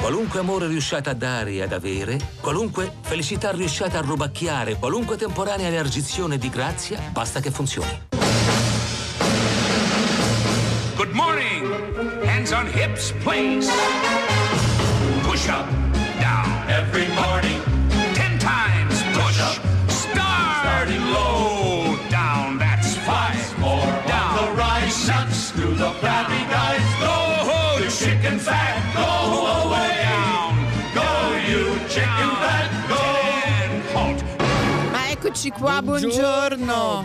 Qualunque amore riusciate a dare e ad avere, qualunque felicità riusciate a rubacchiare, qualunque temporanea elargizione di grazia, basta che funzioni. Good morning. Hands on hips, please. Push up, down. Every morning. 10 times. Push up. Starting low. Down. That's 5 more. Down. On the rise. 6 to the flabby guys. Go, the chicken fat. Go away. Down. Go, you chicken fat. Go. 10. Halt. Eccoci qua, buongiorno.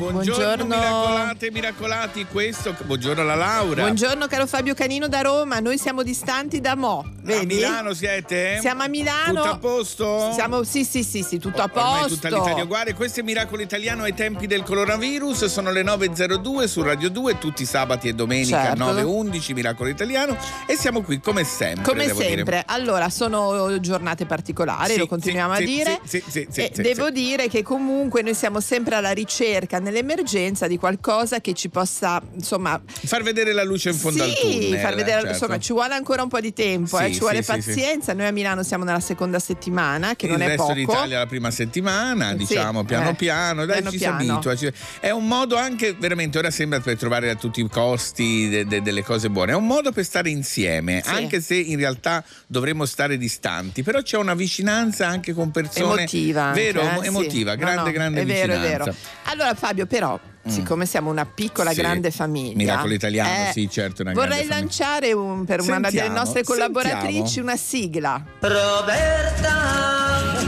Miracolati, questo. Buongiorno alla Laura. Buongiorno caro Fabio Canino da Roma, noi siamo distanti da mo', vedi? A Milano siete? Siamo a Milano. Tutto a posto? Siamo, sì, tutto a posto. Ormai tutta l'Italia uguale. Questo è Miracolo Italiano ai tempi del coronavirus, sono le 9.02 su Radio 2, tutti i sabati e domenica, certo. 9.11, Miracolo Italiano, e siamo qui come sempre. Come sempre. Dire. Allora, sono giornate particolari, lo continuiamo a dire. Devo dire che comunque noi siamo sempre alla ricerca nell'emergenza di qualcosa che ci possa, insomma, far vedere la luce in fondo al tunnel. Far vedere, certo. Insomma, ci vuole ancora un po' di tempo, ci vuole pazienza. Noi a Milano siamo nella seconda settimana, che non è poco. Il resto d'Italia la prima settimana, diciamo, piano piano, dai, ci si abitua. È un modo anche, veramente, ora sembra per trovare a tutti i costi delle cose buone, è un modo per stare insieme, anche se in realtà dovremmo stare distanti, però c'è una vicinanza anche con persone emotiva, vero? Emotiva, grande è vicinanza. È vero. Allora Fabio, però siccome siamo una piccola grande famiglia, Miracolo Italiano, sì, certo, una vorrei lanciare per una delle nostre collaboratrici una sigla. Roberta,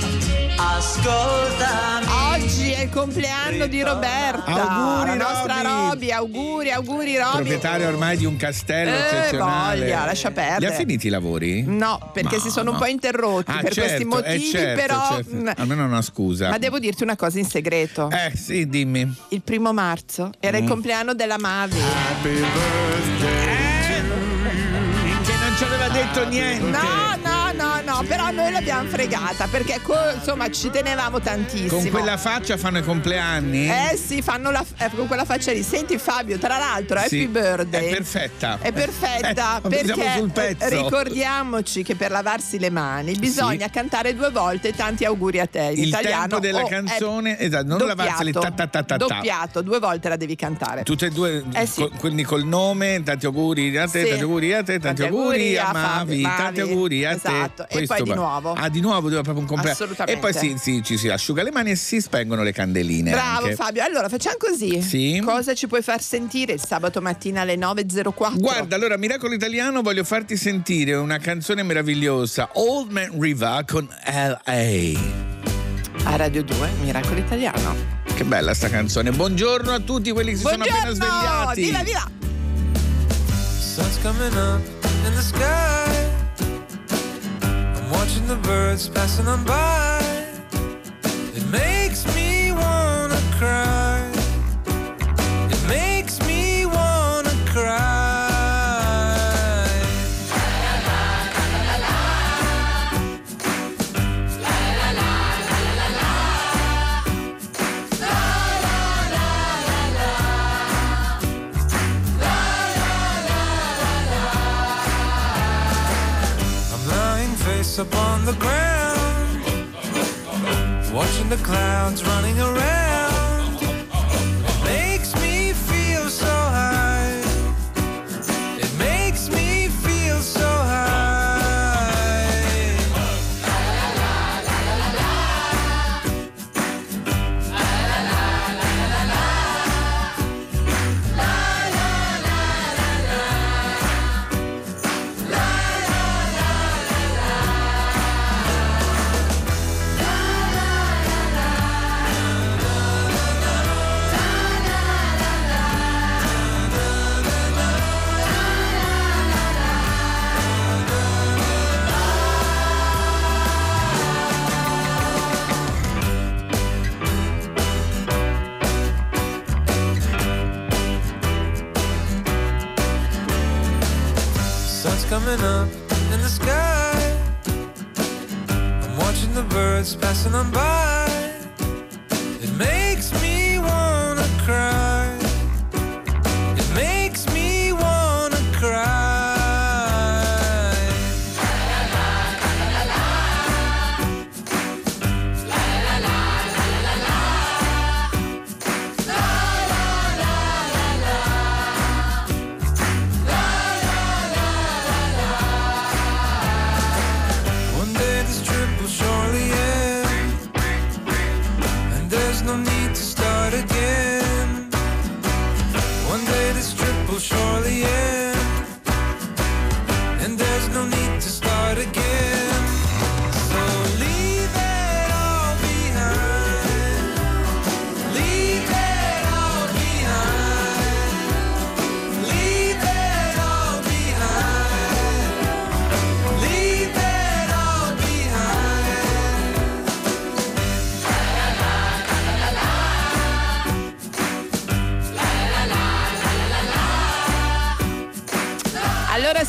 ascoltami. Oggi è il compleanno di Roberta, auguri, la nostra Roby, auguri Roby. Proprietaria ormai di un castello eccezionale. Voglia, lascia perdere. Li ha finiti i lavori? No, perché si sono un po' interrotti per questi motivi, però almeno una scusa. Ma devo dirti una cosa in segreto. Sì, dimmi. Il 1 marzo era il compleanno della Mavi. Happy birthday. Che non ci aveva detto niente. No, però noi l'abbiamo fregata perché insomma ci tenevamo tantissimo. Con quella faccia fanno i compleanni? Sì, fanno con quella faccia lì. Senti Fabio, tra l'altro Happy Birthday è perfetta perché sul pezzo. Ricordiamoci che per lavarsi le mani bisogna cantare 2 volte tanti auguri a te in il italiano. Il tempo della canzone, esatto, non lavarseli doppiato, 2 volte la devi cantare. Tutte e 2, quindi col nome, tanti auguri a te, tanti auguri a te, tanti auguri a Mavi, tanti auguri a te. Esatto. E poi di nuovo. Di nuovo deve proprio un compleanno. Assolutamente. E poi ci si asciuga le mani e si spengono le candeline. Bravo anche. Fabio. Allora facciamo così. Sì. Cosa ci puoi far sentire il sabato mattina alle 9.04? Guarda, allora Miracolo Italiano voglio farti sentire una canzone meravigliosa, Old Man River con L.A. A Radio 2, Miracolo Italiano. Che bella sta canzone. Buongiorno a tutti quelli che si sono appena svegliati. Viva. Sun's coming up in the sky. Watching the birds passing on by, it makes me wanna cry. It makes me wanna cry. I'm lying face up on the ground, watching the clouds running around. It makes me feel so high. It makes me feel so high. Coming up in the sky, I'm watching the birds passing on by. It makes me wanna cry. It makes me wanna cry.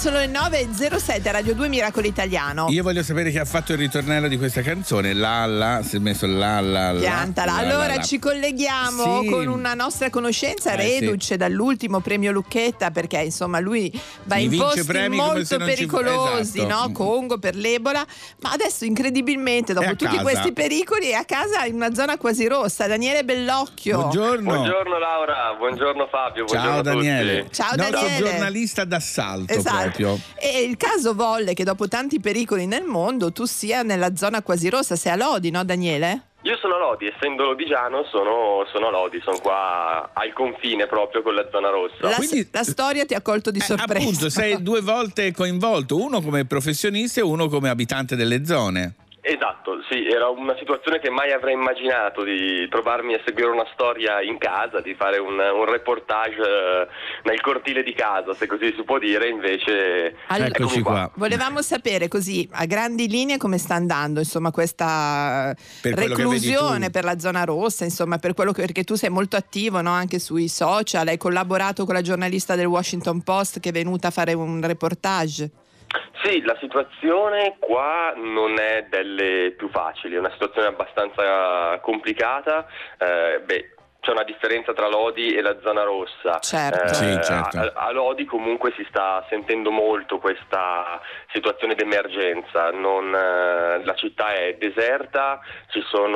sono le 9.07 Radio 2 Miracolo Italiano. Io voglio sapere chi ha fatto il ritornello di questa canzone. Si è messo piantala. Allora ci colleghiamo con una nostra conoscenza reduce dall'ultimo premio Lucchetta, perché insomma lui va in posti molto pericolosi, esatto. No? Congo per l'Ebola, ma adesso incredibilmente dopo tutti questi pericoli è a casa in una zona quasi rossa. Daniele Bellocchio. Buongiorno Laura, buongiorno Fabio. Ciao Daniele. Ciao Daniele. Giornalista d'assalto, esatto. proprio. E il caso volle che dopo tanti pericoli nel mondo tu sia nella zona quasi rossa. Sei a Lodi, no Daniele? Io sono a Lodi, essendo lodigiano sono a Lodi, sono qua al confine proprio con la zona rossa. La storia ti ha colto di sorpresa. Appunto, sei 2 volte coinvolto, uno come professionista e uno come abitante delle zone. Esatto, sì, era una situazione che mai avrei immaginato, di trovarmi a seguire una storia in casa, di fare un reportage nel cortile di casa, se così si può dire, invece eccoci qua. Volevamo sapere così a grandi linee come sta andando, insomma, questa reclusione per la zona rossa, insomma, perché tu sei molto attivo, no? Anche sui social, hai collaborato con la giornalista del Washington Post che è venuta a fare un reportage. Sì, la situazione qua non è delle più facili, è una situazione abbastanza complicata. C'è una differenza tra Lodi e la zona rossa. Certo. Sì, certo. A Lodi comunque si sta sentendo molto questa situazione d'emergenza. La città è deserta, ci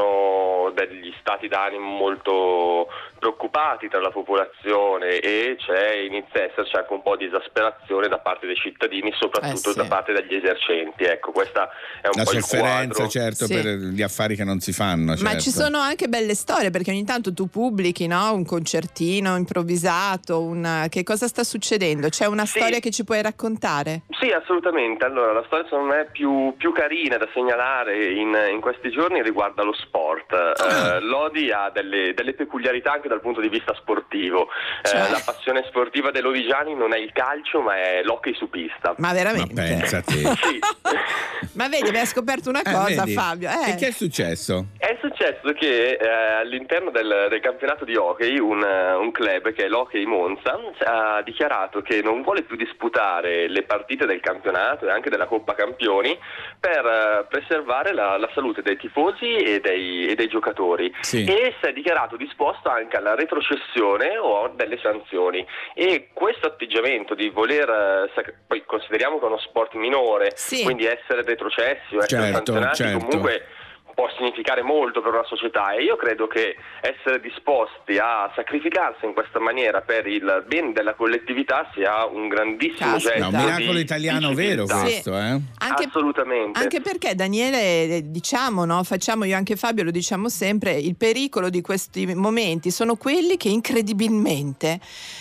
sono degli stati d'animo molto preoccupati tra la popolazione e inizia a esserci anche un po' di esasperazione da parte dei cittadini, soprattutto da parte degli esercenti. Ecco, questa è un po' il quadro. La sofferenza, certo, per gli affari che non si fanno. Ma certo. ci sono anche belle storie, perché ogni tanto tu pubblichi, no? Un concertino improvvisato, che cosa sta succedendo? C'è una storia che ci puoi raccontare? Sì, assolutamente. Allora, la storia secondo me più carina da segnalare in questi giorni riguarda lo sport. Lodi ha delle peculiarità anche dal punto di vista sportivo. La passione sportiva dei lodigiani non è il calcio, ma è l'hockey su pista. Ma veramente? Ma pensa a te. Sì. Ma vedi, abbiamo scoperto una cosa, vedi. Fabio. E che è successo? È successo che all'interno del campionato di hockey un club, che è l'Hockey Monza, ha dichiarato che non vuole più disputare le partite del campionato e anche della Coppa Campioni per preservare la salute dei tifosi e dei giocatori. Sì. E si è dichiarato disposto anche alla retrocessione o delle sanzioni. E questo atteggiamento di voler, poi consideriamo che è uno sport minore, quindi essere retrocessi o essere sanzionati comunque può significare molto per una società, e io credo che essere disposti a sacrificarsi in questa maniera per il bene della collettività sia un grandissimo gesto. Un miracolo italiano vero questo, assolutamente. Anche perché, Daniele, diciamo, no, facciamo, io anche Fabio lo diciamo sempre, il pericolo di questi momenti sono quelli che incredibilmente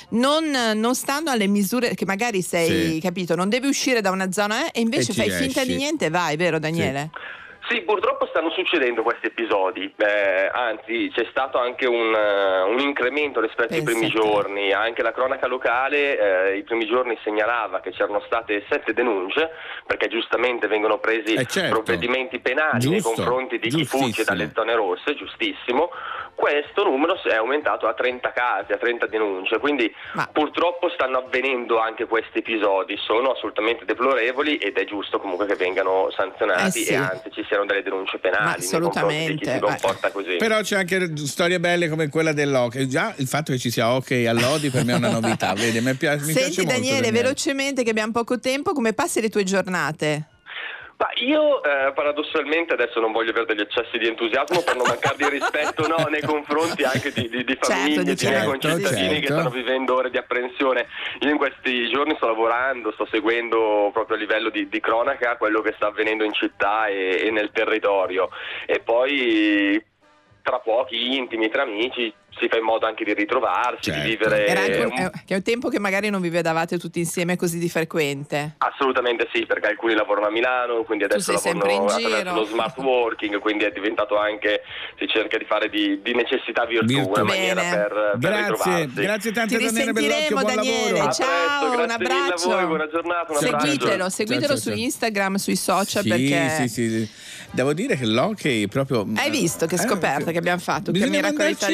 non stanno alle misure che magari sei, capito, non devi uscire da una zona e invece fai finta di niente e vai, vero Daniele? Sì, purtroppo stanno succedendo questi episodi, anzi c'è stato anche un incremento rispetto ai primi giorni. Anche la cronaca locale i primi giorni segnalava che c'erano state 7 denunce, perché giustamente vengono presi provvedimenti penali nei confronti di chi fugge dalle zone rosse, giustissimo. Questo numero è aumentato a 30 casi, a 30 denunce, quindi purtroppo stanno avvenendo anche questi episodi, sono assolutamente deplorevoli ed è giusto comunque che vengano sanzionati e anzi ci siano delle denunce penali nei confronti di chi si comporta così. Però c'è anche storie belle come quella dell'hockey. Già il fatto che ci sia hockey a Lodi per me è una novità, vedi, mi piace molto. Daniele, velocemente che abbiamo poco tempo, come passi le tue giornate? Ma io paradossalmente adesso non voglio avere degli eccessi di entusiasmo per non mancare di rispetto nei confronti anche di famiglie, di miei concittadini che stanno vivendo ore di apprensione. Io in questi giorni sto lavorando, sto seguendo proprio a livello di cronaca quello che sta avvenendo in città e nel territorio, e poi tra pochi intimi, tra amici si fa in modo anche di ritrovarsi, di vivere. Era anche un tempo che magari non vi vedavate tutti insieme così di frequente. Assolutamente sì, perché alcuni lavorano a Milano, quindi adesso lavorano attraverso lo smart working, quindi è diventato anche, si cerca di fare di necessità virtù, una maniera per ritrovarsi. Grazie tante, Ti risentiremo, Daniele. Ciao, un abbraccio. A voi, buona giornata, un abbraccio. Seguitelo su Instagram, sui social, perché sì. Devo dire che l'hockey proprio. Hai visto che scoperta che abbiamo fatto? Che miracolo italiano.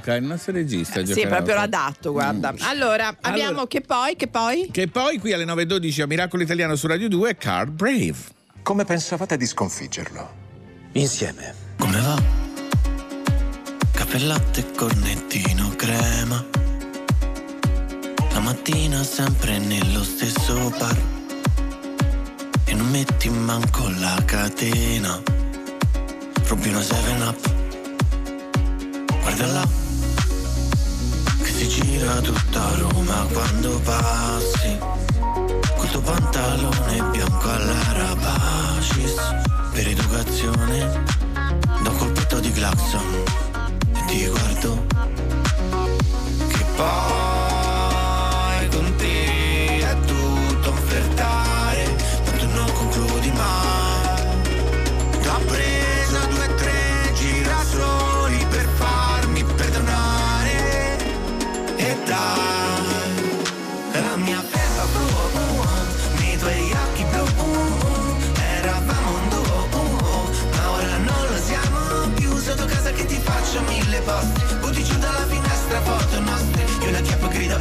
Luca, il nostro regista. Sì, proprio l'adatto, guarda. Allora, abbiamo che poi? Che poi qui alle 9:12 a Miracolo Italiano su Radio 2, Carl Brave. Come pensavate di sconfiggerlo? Insieme. Come va? Caffè latte, cornettino, crema. La mattina sempre nello stesso bar. E non metti manco la catena. Rubi una 7-Up. Guarda là, che si gira tutta Roma quando passi. Col tuo pantalone bianco all'Arabacis. Per educazione, do un colpetto di clacson e ti guardo. Che poi con te è tutto offertare, ma tu non concludi mai. T'ho preso 2 o 3 girasoli per farmi perdonare. E dai, la mia bella blu, nei tuoi occhi blu, eravamo un duo, ma ora non lo siamo più. Sotto casa che ti faccio 1000 posti, butti giù dalla finestra foto nostre. Io la chiappo e grido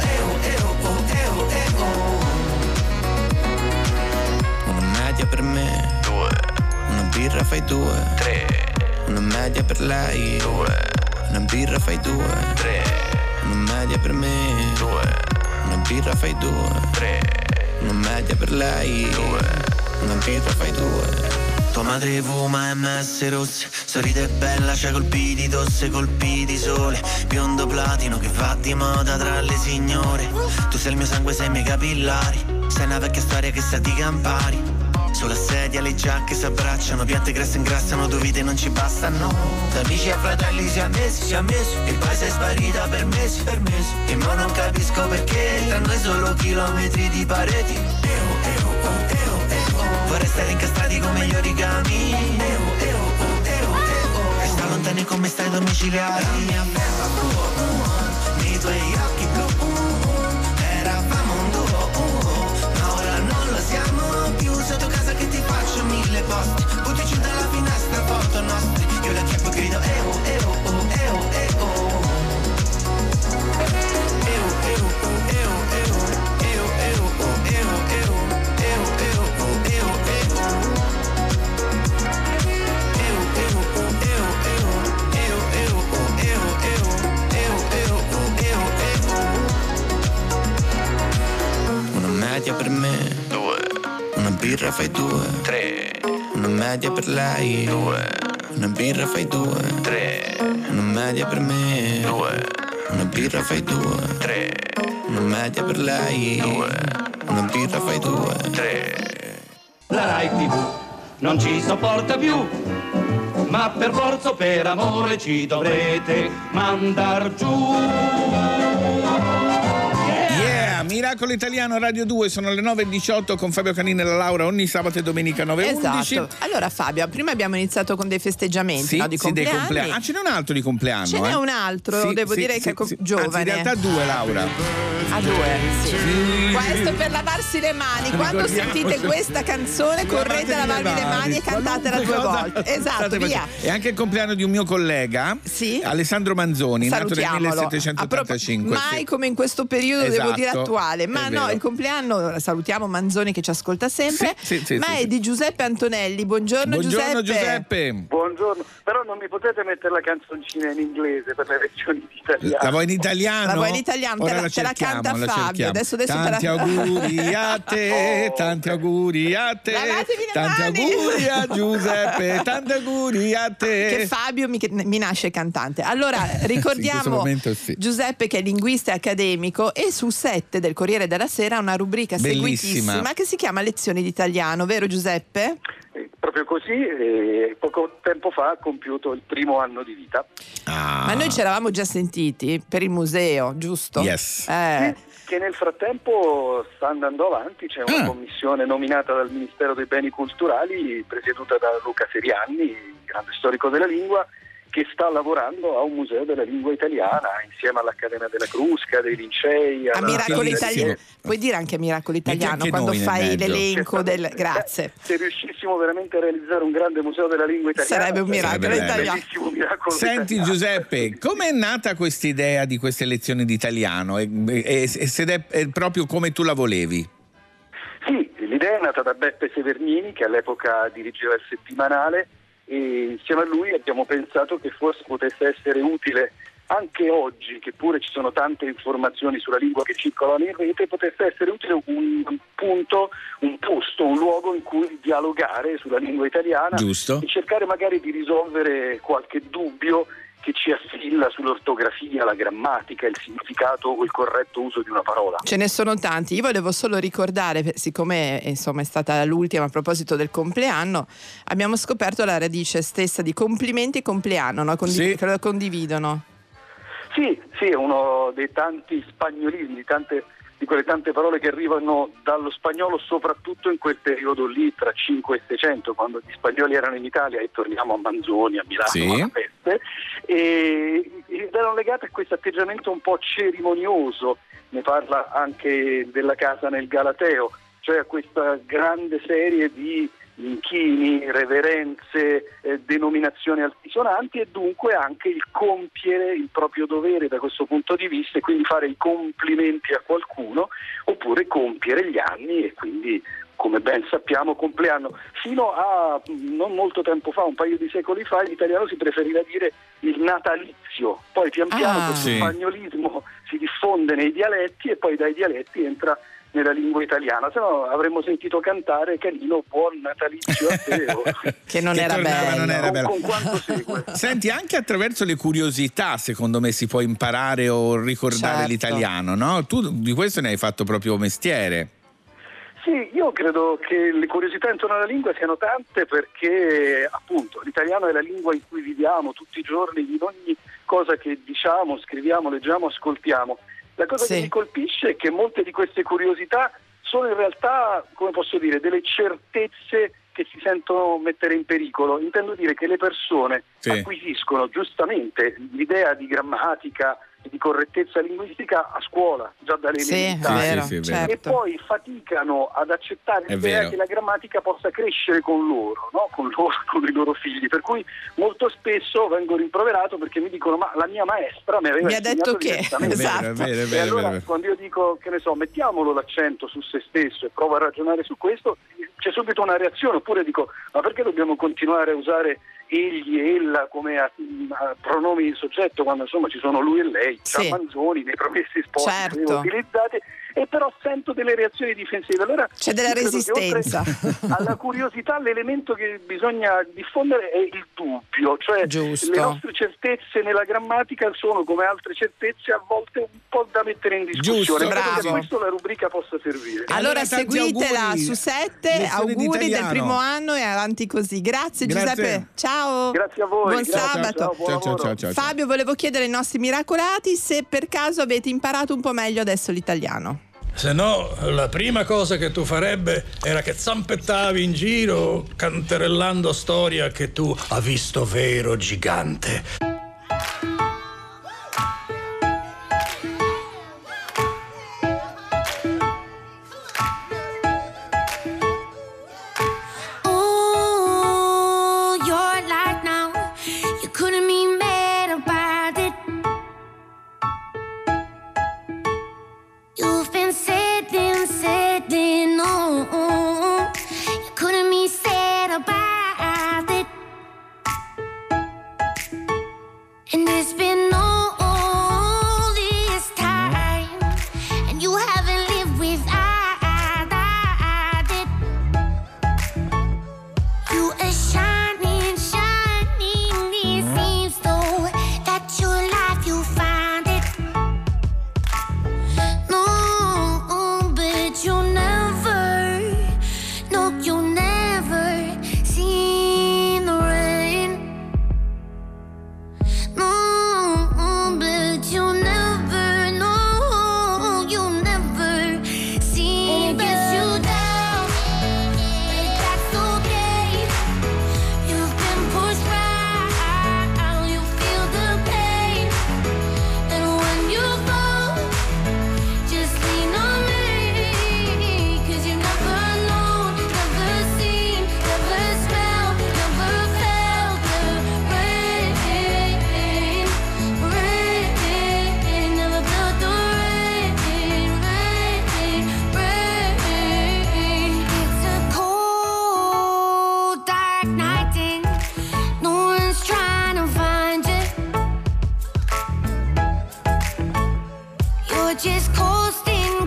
Una media per me, 2. Una birra fai 2, 3. Una media per lei, 2. Una birra fai 2, 3. Una media per me, 2. Una birra fai 2, 3. Una media per lei, 2. Una birra fai 2. Tua madre fuma MS rosse, sorride bella, c'ha colpi di tosse, colpi di sole. Biondo platino che va di moda tra le signore. Tu sei il mio sangue, sei i miei capillari. Sei una vecchia storia che sa di campari. Sulla sedia le giacche si abbracciano, piante grasse ingrassano, due vite non ci bastano. Da amici a fratelli si è messi, e poi sei sparita per mesi. E mo non capisco perché, tra noi solo chilometri di pareti. Vorrei stare incastrati come gli origami. Resta lontani come stai domiciliari. La mia bella blu, nei tuoi occhi blu, eravamo un duo, ma ora non lo siamo più. Sotto casa che ti faccio 1000 posti, butti giù dalla finestra foto nostre. Io la chiappo e grido media per me, 2. Una birra fai 2, 3. Una media per lei, 2. Una birra fai 2, 3. Una media per me, 2. Una birra fai 2, 3. Una media per lei, 2. Una birra fai 2, 3. La Rai TV non ci sopporta più, ma per forza o per amore ci dovrete mandar giù. Miracolo Italiano Radio 2, sono le 9:18 con Fabio Canini e la Laura ogni sabato e domenica 9:11. Esatto. Allora Fabio, prima abbiamo iniziato con dei festeggiamenti, no? Di compleanni. Dei compleanni. Ah, ce n'è un altro di compleanno. Ce n'è un altro, devo dire che è giovane. Anzi, in realtà 2, Laura. A 2, sì. Questo per lavarsi le mani. Quando sentite questa canzone correte a lavarvi le mani e cantatela 2 volte. Esatto, via. E anche il compleanno di un mio collega, Alessandro Manzoni, nato nel 1785. Mai come in questo periodo, devo dire, attuale. Ma no, il compleanno, salutiamo Manzoni che ci ascolta sempre, ma è di Giuseppe Antonelli. Buongiorno Giuseppe. Buongiorno, però non mi potete mettere la canzoncina in inglese per le versioni in italiano. La vuoi in italiano? La vuoi in italiano, te la canta Fabio. Adesso tanti auguri a te, tanti auguri a te, tanti auguri a Giuseppe, tanti auguri a te. Che Fabio mi nasce cantante. Allora ricordiamo Giuseppe che è linguista e accademico e su 7 del Corriere della Sera ha una rubrica seguitissima che si chiama Lezioni di Italiano, vero Giuseppe? Proprio così, poco tempo fa ha compiuto il primo anno di vita. Ma noi ci eravamo già sentiti per il museo, giusto? Yes. Che nel frattempo sta andando avanti, c'è una commissione nominata dal Ministero dei Beni Culturali, presieduta da Luca Serianni, grande storico della lingua, che sta lavorando a un museo della lingua italiana insieme all'Accademia della Crusca, dei Lincei, a Miracolo Italiano. Puoi dire anche Miracolo Italiano quando fai l'elenco del... Grazie. Se riuscissimo veramente a realizzare un grande museo della lingua italiana sarebbe un miracolo italiano. Senti Giuseppe, com'è nata questa idea di queste lezioni di italiano e se è proprio come tu la volevi? Sì, l'idea è nata da Beppe Severnini, che all'epoca dirigeva il settimanale, e insieme a lui abbiamo pensato che forse potesse essere utile anche oggi, che pure ci sono tante informazioni sulla lingua che circolano in rete, potesse essere utile un punto, un posto, un luogo in cui dialogare sulla lingua italiana. Giusto. E cercare magari di risolvere qualche dubbio che ci assilla sull'ortografia, la grammatica, il significato o il corretto uso di una parola. Ce ne sono tanti. Io volevo solo ricordare, siccome insomma è stata l'ultima a proposito del compleanno, abbiamo scoperto la radice stessa di complimenti e compleanno, no? Che lo condividono. Sì, è uno dei tanti spagnolismi, di quelle tante parole che arrivano dallo spagnolo, soprattutto in quel periodo lì tra 5 e 600, quando gli spagnoli erano in Italia, e torniamo a Manzoni, a Milano, alla Peste, ed erano legate a questo atteggiamento un po' cerimonioso. Ne parla anche della casa nel Galateo, cioè a questa grande serie di inchini, reverenze, denominazioni altisonanti, e dunque anche il compiere il proprio dovere da questo punto di vista, e quindi fare i complimenti a qualcuno oppure compiere gli anni, e quindi, come ben sappiamo, compleanno. Fino a non molto tempo fa, un paio di secoli fa, in italiano si preferiva dire il natalizio, poi pian piano questo spagnolismo si diffonde nei dialetti e poi dai dialetti entra nella lingua italiana, se no avremmo sentito cantare Canino Buon Natalizio a te, che non era bello. Con quanto segue. Senti, anche attraverso le curiosità secondo me si può imparare o ricordare l'italiano, no? Tu di questo ne hai fatto proprio mestiere. Sì, io credo che le curiosità intorno alla lingua siano tante, perché appunto l'italiano è la lingua in cui viviamo tutti i giorni, in ogni cosa che diciamo, scriviamo, leggiamo, ascoltiamo. La cosa che mi colpisce è che molte di queste curiosità sono in realtà, come posso dire, delle certezze che si sentono mettere in pericolo. Intendo dire che le persone acquisiscono giustamente l'idea di grammatica e di correttezza linguistica a scuola, già dalle elementari, e poi faticano ad accettare l'idea che la grammatica possa crescere con loro, no? con i loro figli, per cui molto spesso vengo rimproverato perché mi dicono: ma la mia maestra mi aveva detto che e allora quando io dico, che ne so, mettiamolo l'accento su se stesso e provo a ragionare su questo, c'è subito una reazione, oppure dico: ma perché dobbiamo continuare a usare egli e ella come a pronomi di soggetto quando insomma ci sono lui e lei, Manzoni, nei Promessi Sposi utilizzati, e però sento delle reazioni difensive. Allora c'è della resistenza. Alla curiosità l'elemento che bisogna diffondere è il dubbio, cioè le nostre certezze nella grammatica sono, come altre certezze, a volte un po' da mettere in discussione. Per questo la rubrica possa servire. Allora seguitela su 7, auguri del primo anno e avanti così. Grazie Giuseppe, ciao. Grazie a voi. Buon sabato. Ciao. Fabio, volevo chiedere ai nostri miracolati se per caso avete imparato un po' meglio adesso l'italiano. Se no, la prima cosa che tu farebbe era che zampettavi in giro canterellando storia che tu hai visto vero gigante. just coasting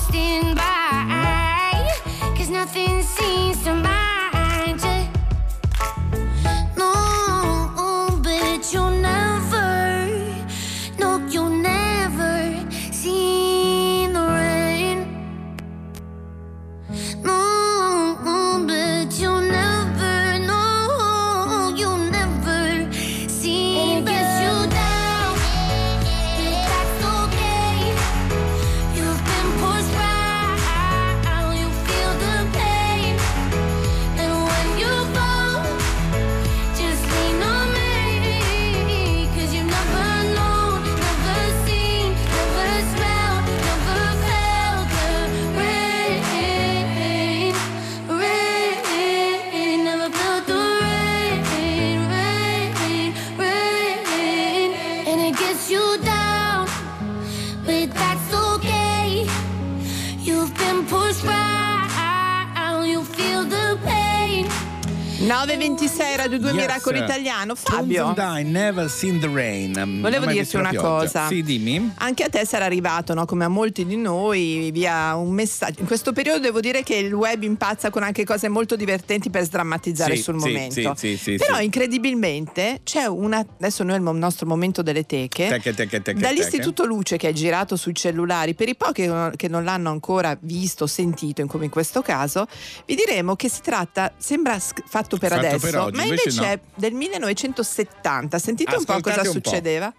by, 'cause nothing seems to mind you. No, but you'll never, no, you'll never see the rain. No, but you'll never, no, you'll never see. And it gets you down, but that's okay. You've been pushed right, you feel the pain. And when you fall, just lean on me, 'cause you never know, never seen, never smelled, never felt the rain, rain, never felt the rain, rain, rain. And it gets you down, but that's okay. You've been pushed right, you feel the pain. 9:26 Radio 2 Miracolo Italiano. Fabio, I never seen the rain. volevo dirti una cosa. Sì, dimmi. Anche a te sarà arrivato, no? Come a molti di noi, via un messaggio. In questo periodo devo dire che il web impazza con anche cose molto divertenti per sdrammatizzare sul momento. Però incredibilmente c'è una. Adesso noi è il nostro momento delle teche. Dall'Istituto Luce, che è girato sui cellulari, per i pochi che non l'hanno ancora visto o sentito, come in questo caso, vi diremo che si tratta, sembra fatto per adesso, per oggi, ma invece è del 1970. Sentite un po' cosa succedeva.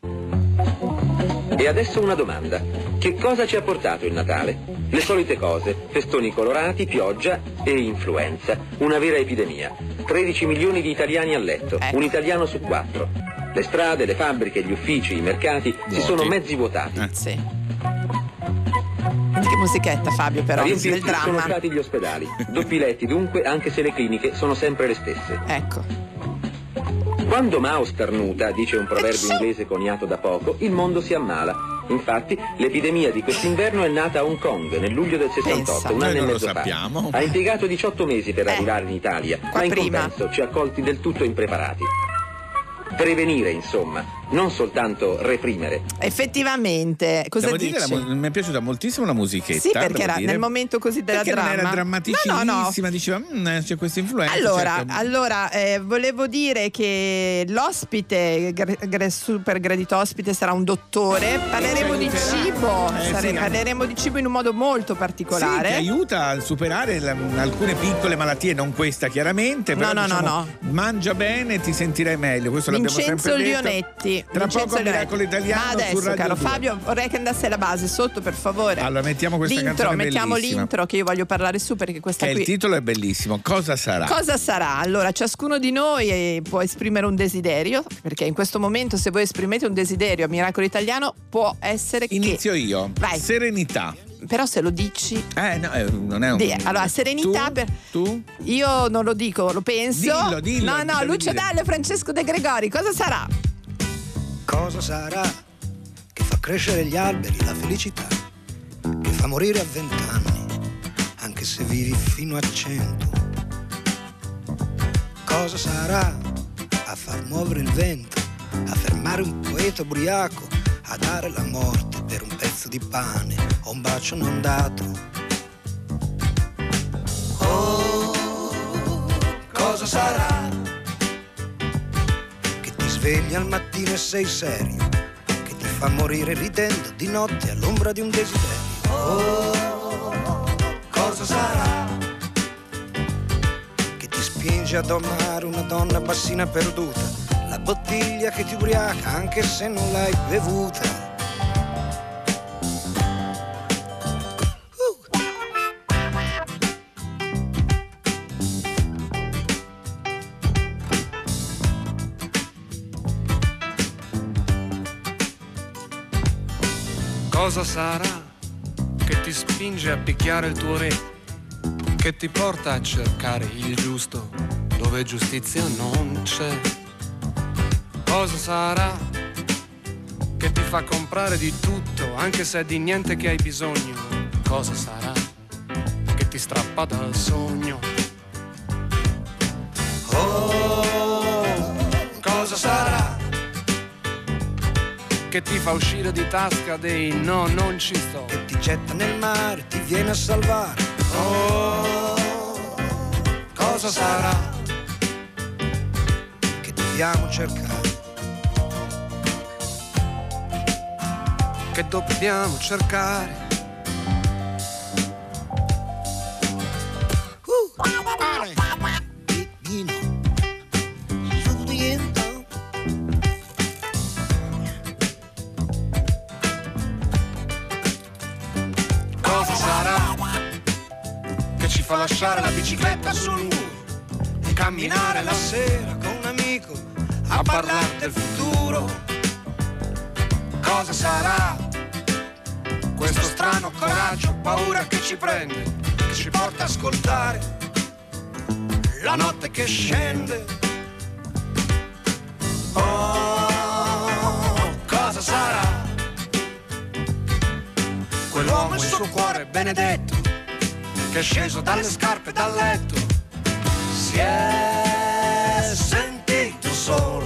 E adesso una domanda. Che cosa ci ha portato il Natale? Le solite cose: festoni colorati, pioggia e influenza. Una vera epidemia. 13 milioni di italiani a letto, un italiano su 4. Le strade, le fabbriche, gli uffici, i mercati si sono mezzi vuotati. Sì. Che musichetta, Fabio, però, del dramma. Sono stati gli ospedali. Doppi letti dunque, anche se le cliniche sono sempre le stesse. Ecco. Quando Mao starnuta, dice un proverbio inglese coniato da poco, il mondo si ammala. Infatti, l'epidemia di quest'inverno è nata a Hong Kong nel luglio del 68, un anno e mezzo fa. Ha impiegato 18 mesi per arrivare in Italia, ma in compenso ci ha colti del tutto impreparati. Prevenire, insomma, non soltanto reprimere. Effettivamente, cosa devo dici? Dire, mi è piaciuta moltissimo la musichetta. Sì, perché era nel momento così della perché dramma. Non era drammaticissima, diceva c'è questa influenza. Allora, volevo dire che l'ospite, super gradito ospite, sarà un dottore. Parleremo di cibo, parleremo di cibo in un modo molto particolare. Sì, che aiuta a superare alcune piccole malattie, non questa chiaramente, però no. Mangia bene, ti sentirai meglio. Questo Vincenzo Lionetti. Tra poco Miracolo Italiano. Ma adesso, su Radio caro 2. Fabio, vorrei che andasse la base sotto, per favore. Allora mettiamo questa canzone mettiamo bellissima. l'intro, che io voglio parlare su, perché questa che qui. Il titolo è bellissimo. Cosa sarà? Cosa sarà? Allora, ciascuno di noi può esprimere un desiderio, perché in questo momento, se voi esprimete un desiderio a Miracolo Italiano, può essere Inizio io. Vai. Serenità. Però se lo dici non è un. Allora, serenità. Tu? Io non lo dico, lo penso. Dillo. No, Lucio Dalle, Francesco De Gregori. Cosa sarà? Cosa sarà che fa crescere gli alberi, la felicità, che fa morire a 20 anni, anche se vivi fino a 100? Cosa sarà a far muovere il vento, a fermare un poeta ubriaco, a dare la morte per un pezzo di pane o un bacio non dato? Oh, cosa sarà che ti svegli al mattino e sei serio, che ti fa morire ridendo di notte all'ombra di un desiderio? Oh, cosa sarà che ti spinge ad amare una donna bassina perduta, la bottiglia che ti ubriaca anche se non l'hai bevuta? Cosa sarà che ti spinge a picchiare il tuo re, che ti porta a cercare il giusto dove giustizia non c'è? Cosa sarà che ti fa comprare di tutto anche se è di niente che hai bisogno? Cosa sarà che ti strappa dal sogno? Oh, cosa sarà che ti fa uscire di tasca dei no, non ci sto, che ti getta nel mare, ti viene a salvare. Oh, cosa sarà che dobbiamo cercare, che dobbiamo cercare. Cosa sarà che ci fa lasciare la bicicletta sul muro e camminare la sera con un amico a parlare del futuro? Cosa sarà questo strano coraggio, paura che ci prende, che ci porta a ascoltare la notte che scende? Oh, cosa sarà quell'uomo e il suo cuore benedetto che è sceso dalle scarpe dal letto, si è sentito solo,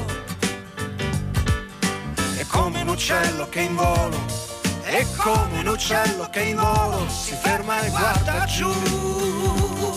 è come un uccello che in volo, è come un uccello che in volo si ferma e guarda giù.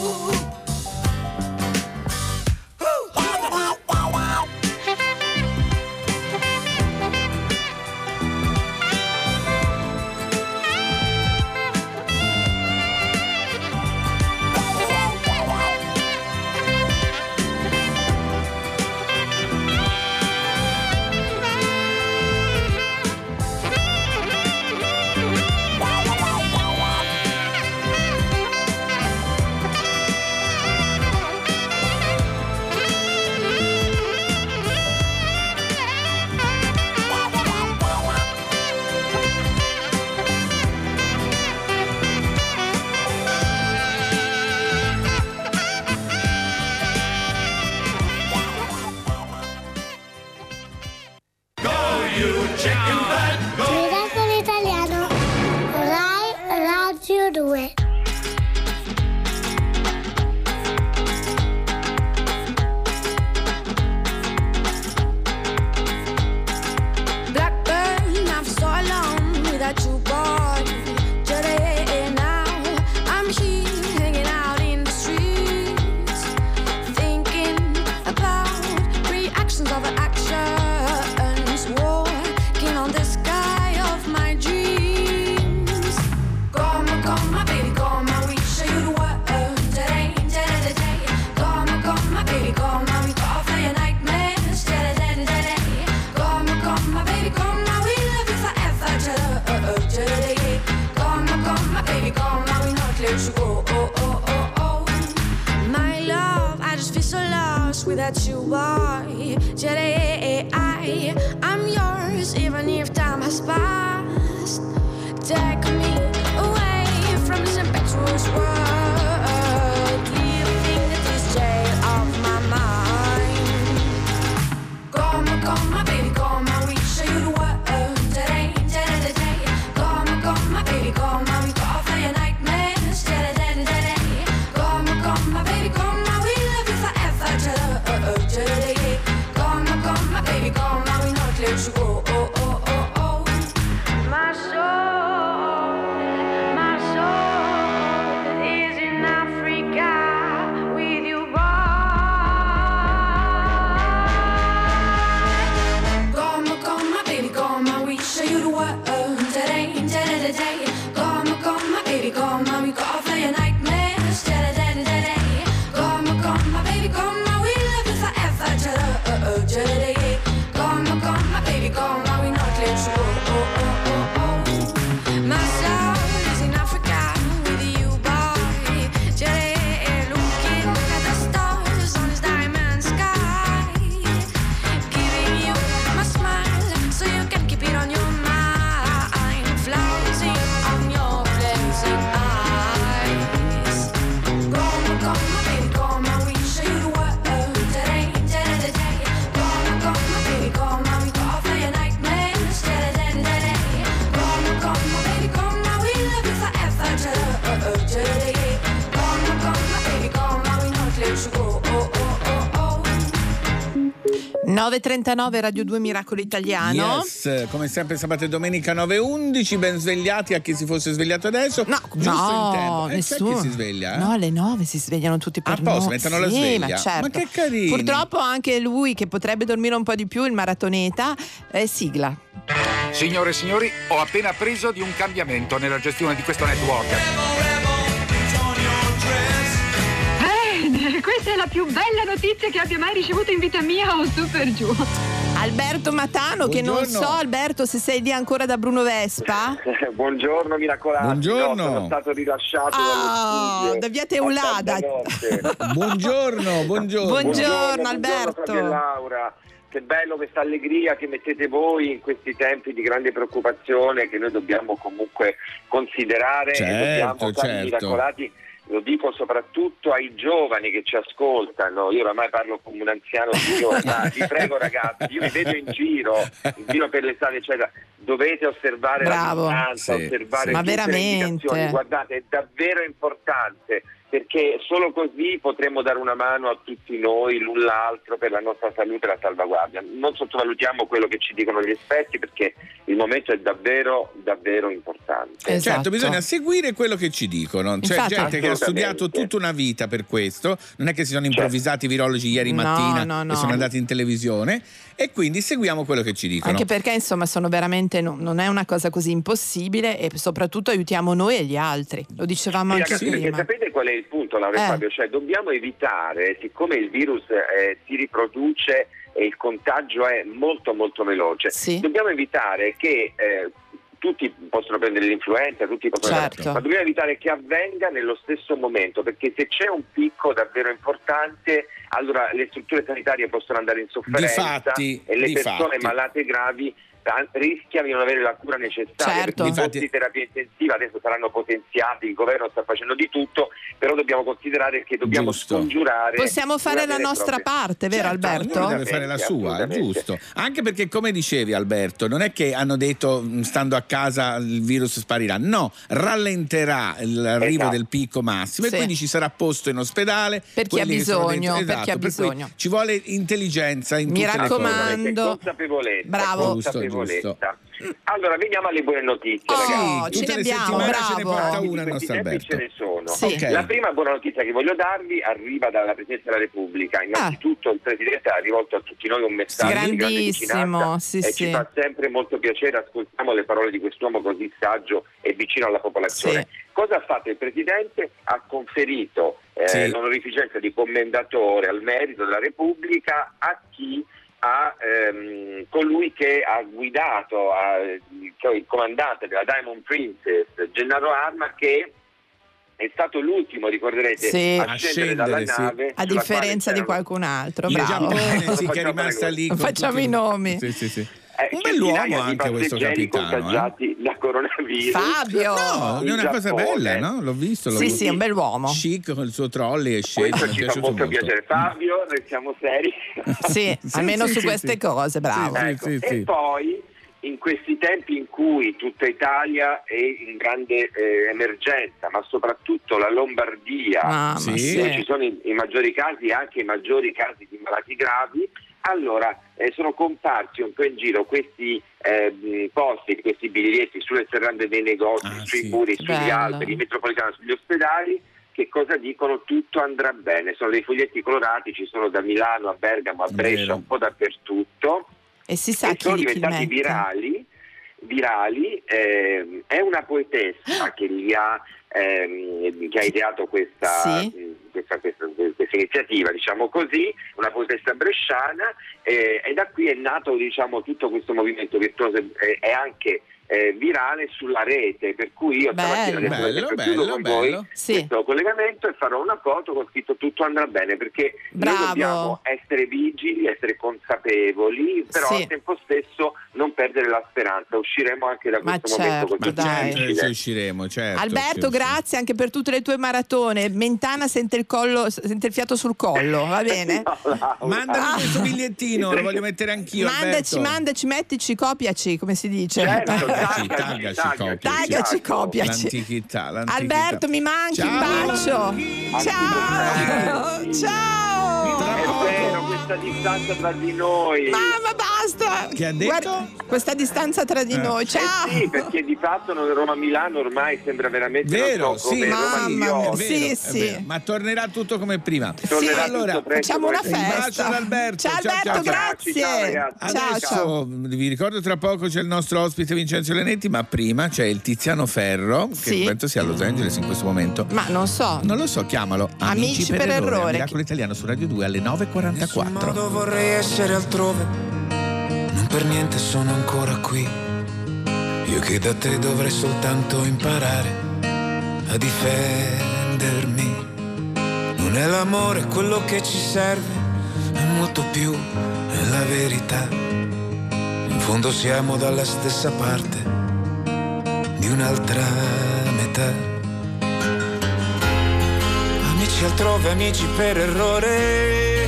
Miracolo Italiano, Rai Radio 2. Blackburn, after so long without you, boy. Today now I'm here hanging out in the streets, thinking about reactions of actions, walking on the sky of my dreams. Come, my baby, come, we show you the world today, today. Come, my baby, come, we call for your nightmares today. Come, my baby, come, we love you forever today. Come, my baby, come, we not let you go. My love, I just feel so lost without you, boy. Today I'm yours, even if time has passed. Take me away from this impetuous world, leaving this jail of my mind. Come, my baby, come, we show you the world today. Come, my baby, come, we call for your nightmares today. Come, my baby, come, we love you forever today. Come, my baby, come, we not let you go. My soul, 9:39 Radio 2 Miracolo Italiano. Yes, come sempre sabato e domenica 9:11. Ben svegliati a chi si fosse svegliato adesso. No, giusto in tempo. Nessuno. C'è chi si sveglia? No, alle 9 si svegliano tutti per noi. Mettono la sveglia. Ma certo. Ma che carino. Purtroppo anche lui, che potrebbe dormire un po' di più, il maratoneta, sigla. Signore e signori, ho appena appreso di un cambiamento nella gestione di questo network. Questa è la più bella notizia che abbia mai ricevuto in vita mia o su per giù. Alberto Matano, che non so, Alberto, se sei lì ancora da Bruno Vespa. Buongiorno Miracolati. Buongiorno. No, sono stato rilasciato dallo studio da via Teulada. Buongiorno Alberto. Laura. Che bello questa allegria che mettete voi in questi tempi di grande preoccupazione che noi dobbiamo comunque considerare. Dobbiamo, cari Miracolati, lo dico soprattutto ai giovani che ci ascoltano. Io oramai parlo come un anziano signore, ma vi prego ragazzi, io vi vedo in giro per le strade eccetera, dovete osservare la distanza, osservare tutte le indicazioni. Guardate, è davvero importante, perché solo così potremo dare una mano a tutti noi, l'un l'altro, per la nostra salute e la salvaguardia. Non sottovalutiamo quello che ci dicono gli esperti, perché il momento è davvero, davvero importante. Esatto. Certo, bisogna seguire quello che ci dicono. C'è gente che ha studiato tutta una vita per questo, non è che si sono improvvisati virologi ieri mattina e sono andati in televisione, e quindi seguiamo quello che ci dicono. Anche perché insomma sono veramente, non è una cosa così impossibile, e soprattutto aiutiamo noi e gli altri. Lo dicevamo anche ragazzi, prima. Sapete qual è il punto, Laura e Fabio? Cioè dobbiamo evitare, siccome il virus si riproduce e il contagio è molto molto veloce, dobbiamo evitare che tutti possono prendere l'influenza, tutti possono ma dobbiamo evitare che avvenga nello stesso momento, perché se c'è un picco davvero importante, allora le strutture sanitarie possono andare in sofferenza e le persone malate gravi rischiano di non avere la cura necessaria, perché i posti di terapia intensiva adesso saranno potenziati, il governo sta facendo di tutto, però dobbiamo considerare che dobbiamo scongiurare. Possiamo fare la nostra parte, vero Alberto? Deve fare la sua, giusto. Anche perché, come dicevi Alberto, non è che hanno detto stando a casa il virus sparirà, no, rallenterà l'arrivo del picco massimo e quindi ci sarà posto in ospedale per chi ha bisogno, per chi ha bisogno. Ci vuole intelligenza in tutte le cose. Mi raccomando, consapevolezza. Bravo. Giusto. Allora veniamo alle buone notizie, ragazzi. Ce ne abbiamo, ce ne porta una il nostro Alberto. Ce ne sono. Okay. La prima buona notizia che voglio darvi arriva dalla Presidenza della Repubblica. Innanzitutto il Presidente ha rivolto a tutti noi un messaggio di grande vicinanza e ci fa sempre molto piacere, ascoltiamo le parole di quest'uomo così saggio e vicino alla popolazione. Cosa ha fatto il Presidente? Ha conferito l'onorificenza di commendatore al merito della Repubblica a chi a colui che ha guidato il comandante della Diamond Princess, Gennaro Arma, che è stato l'ultimo, ricorderete, a scendere dalla nave, a differenza di qualcun altro. Bravo. Che è rimasta lì. Facciamo i nomi. Un bell'uomo anche questo capitano, contagiati da coronavirus. Fabio! No, è una cosa bella, no? L'ho visto. Sì, è un bell'uomo. Chic con il suo trolley e sceso. Questo ci fa molto piacere. Fabio, restiamo seri. Sì, almeno su queste cose, bravo. E poi, in questi tempi in cui tutta Italia è in grande emergenza, ma soprattutto la Lombardia, dove ci sono i maggiori casi e anche i maggiori casi di malati gravi, allora sono comparsi un po' in giro questi posti, questi biglietti sulle serrande dei negozi, sui muri, sugli alberi, in metropolitana, sugli ospedali. Che cosa dicono? Tutto andrà bene. Sono dei foglietti colorati, ci sono da Milano a Bergamo a Brescia, un po' dappertutto. E si sa chi sono diventati virali. È una poetessa che li ha che ha ideato questa iniziativa, diciamo così, una poetessa bresciana, e da qui è nato, diciamo, tutto questo movimento virtuoso e anche virale sulla rete, per cui io stamattina con voi questo collegamento e farò una foto con scritto tutto andrà bene, perché noi dobbiamo essere vigili, essere consapevoli, però al tempo stesso non perdere la speranza. Usciremo anche da questo momento così difficile. Usciremo, certo. Alberto, grazie anche per tutte le tue maratone. Mentana sente il fiato sul collo, va bene? Mandami questo bigliettino, lo voglio mettere anch'io. Mandaci, mettici, copiaci, come si dice. Certo. Tagaci, copiaci. L'antichità. Alberto, mi manchi, un bacio. Ciao. È vero, questa distanza tra di noi. Ma basta! Che ha detto? Guarda, questa distanza tra di noi. Ciao! Sì, perché di fatto Roma-Milano ormai sembra veramente vero, come Roma-New sì. Ma tornerà tutto come prima. Tornerà allora tutto presto, facciamo una presto. festa. Un bacio ad Alberto. Ciao Alberto, grazie. Ciao, ragazzi. Adesso vi ricordo, tra poco c'è il nostro ospite Vincenzo Leonetti, ma prima c'è il Tiziano Ferro, che penso sia a Los Angeles in questo momento. Ma non lo so, chiamalo. Amici per errore. Miracolo Italiano su Radio 2 alle 9:44. Modo vorrei essere altrove, non per niente sono ancora qui. Io che da te dovrei soltanto imparare a difendermi. Non è l'amore quello che ci serve, è molto più, è la verità. In fondo siamo dalla stessa parte di un'altra metà. Amici altrove, amici per errore,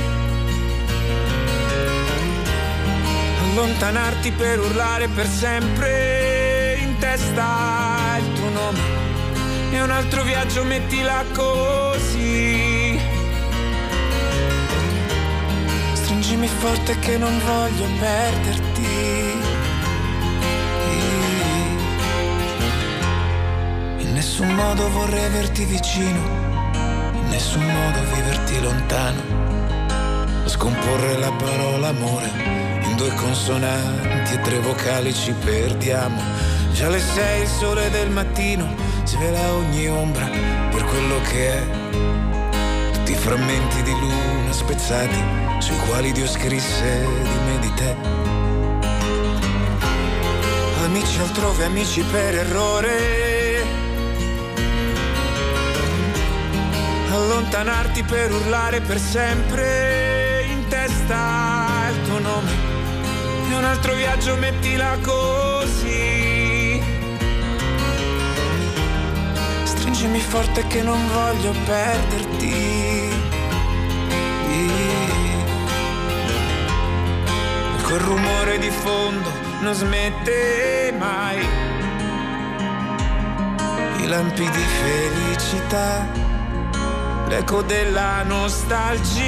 allontanarti per urlare per sempre in testa il tuo nome, e un altro viaggio mettila così. Stringimi forte che non voglio perderti. In nessun modo vorrei averti vicino, in nessun modo viverti lontano. A scomporre la parola amore in 2 consonanti e 3 vocali ci perdiamo. Già le 6 il sole del mattino svela ogni ombra per quello che è. Tutti i frammenti di luna spezzati sui quali Dio scrisse di me e di te. Amici altrove, amici per errore, allontanarti per urlare per sempre in testa il tuo nome, e un altro viaggio mettila così. Stringimi forte che non voglio perderti. Quel rumore di fondo non smette mai, i lampi di felicità, l'eco della nostalgia.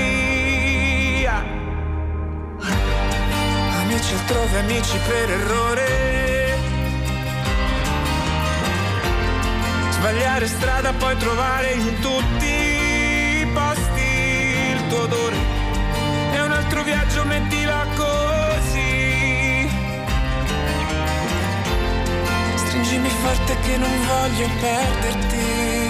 Amici altrove, amici per errore, sbagliare strada poi trovare in tutti i posti il tuo odore, e un altro viaggio mettila così. Stringimi forte che non voglio perderti.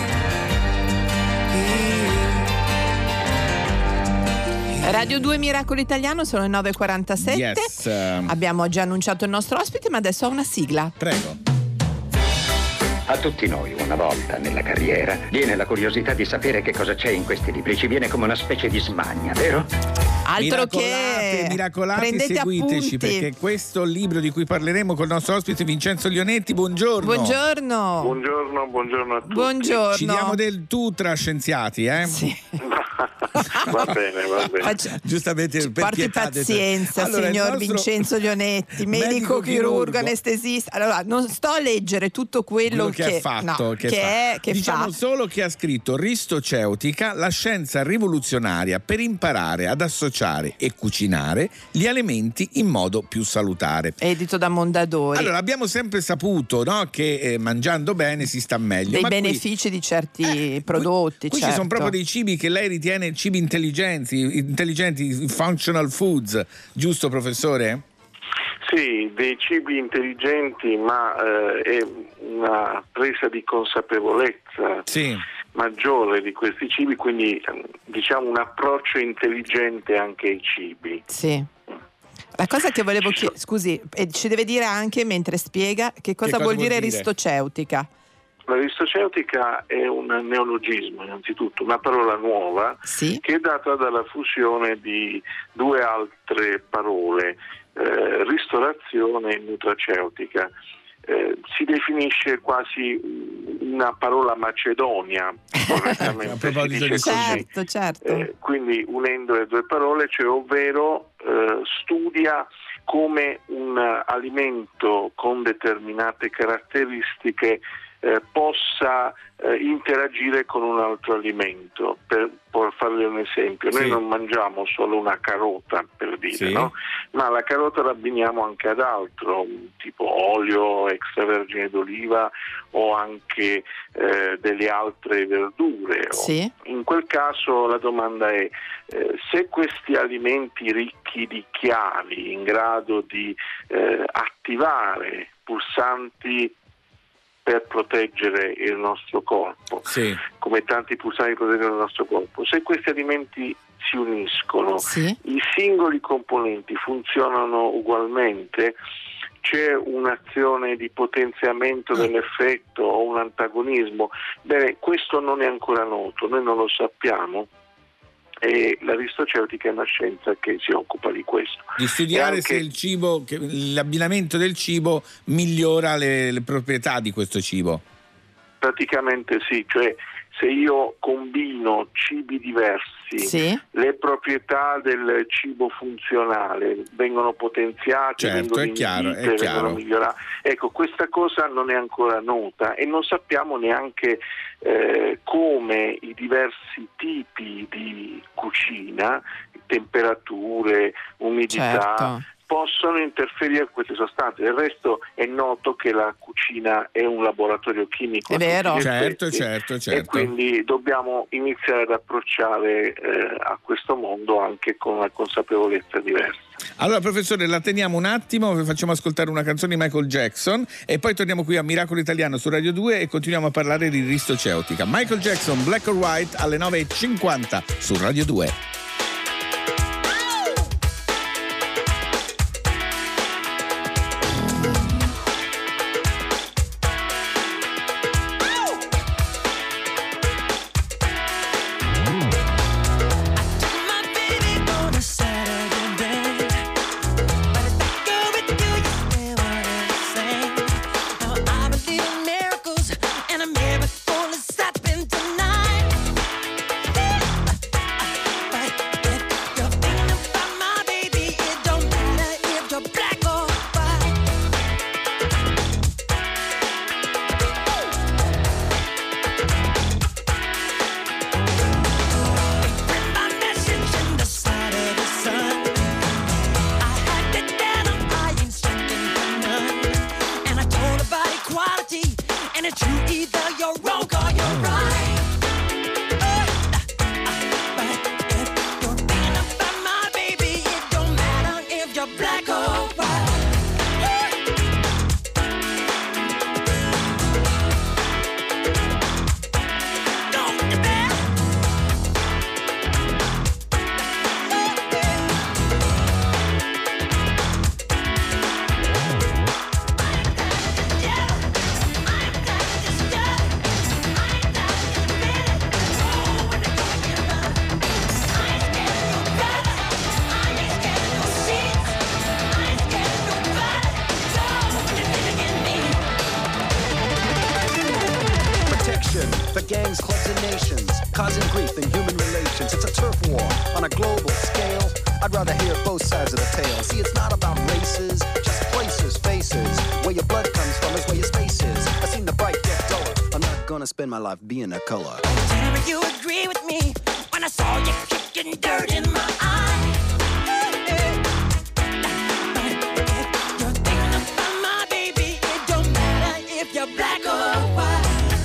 Radio 2 Miracolo Italiano, sono le 9:47. Yes. Abbiamo già annunciato il nostro ospite, ma adesso ho una sigla. Prego. A tutti noi una volta nella carriera viene la curiosità di sapere che cosa c'è in questi libri, ci viene come una specie di smania, vero? Altro che miracolati, seguiteci, appunti, perché questo libro di cui parleremo con il nostro ospite Vincenzo Leonetti. Buongiorno. Buongiorno. Buongiorno a tutti. Buongiorno. Ci diamo del tu tra scienziati, eh? Sì. Va bene. Giustamente per porti pazienza, allora, signor Vincenzo Leonetti, medico chirurgo, anestesista. Allora, non sto a leggere tutto quello che ha fatto, che diciamo solo che ha scritto Ristoceutica, la scienza rivoluzionaria per imparare ad associare e cucinare gli alimenti in modo più salutare. Edito da Mondadori. Allora, abbiamo sempre saputo, no, che mangiando bene si sta meglio. Dei benefici di certi prodotti. Qui ci sono proprio dei cibi che lei ritiene cibi intelligenti, functional foods, giusto professore? Sì, dei cibi intelligenti, ma è una presa di consapevolezza maggiore di questi cibi, quindi diciamo un approccio intelligente anche ai cibi. Sì. La cosa che volevo chiedere, scusi, ci deve dire anche mentre spiega che cosa vuol dire ristoceutica. La ristoceutica è un neologismo, innanzitutto, una parola nuova che è data dalla fusione di 2 altre parole, ristorazione e nutraceutica. Si definisce quasi una parola macedonia, correttamente si dice così. Certo. Quindi unendo le 2 parole, cioè ovvero studia come un alimento con determinate caratteristiche possa interagire con un altro alimento. Per farvi un esempio, noi non mangiamo solo una carota, per dire, no? Ma la carota la abbiniamo anche ad altro, tipo olio extravergine d'oliva o anche delle altre verdure. In quel caso la domanda è se questi alimenti ricchi di chiavi in grado di attivare pulsanti per proteggere il nostro corpo, come tanti pulsanti proteggono il nostro corpo, se questi alimenti si uniscono, i singoli componenti funzionano ugualmente, c'è un'azione di potenziamento dell'effetto o un antagonismo? Bene, questo non è ancora noto, noi non lo sappiamo. E l'aristoceutica è una scienza che si occupa di questo, di studiare se il cibo, l'abbinamento del cibo migliora le proprietà di questo cibo. Praticamente sì, cioè se io combino cibi diversi, le proprietà del cibo funzionale vengono potenziate, vengono migliorate. Ecco, questa cosa non è ancora nota e non sappiamo neanche come i diversi tipi di cucina, temperature, umidità, possono interferire con queste sostanze. Del resto è noto che la cucina è un laboratorio chimico. È vero. Certo. E quindi dobbiamo iniziare ad approcciare a questo mondo anche con una consapevolezza diversa. Allora professore, la teniamo un attimo, facciamo ascoltare una canzone di Michael Jackson e poi torniamo qui a Miracolo Italiano su Radio 2 e continuiamo a parlare di Aristoceutica. Michael Jackson, Black or White, alle 9:50 su Radio 2. Spend my life being a color. Tell you agree with me when I saw you kicking dirt in my eye. You're thinking about my baby. It don't matter if you're black or white.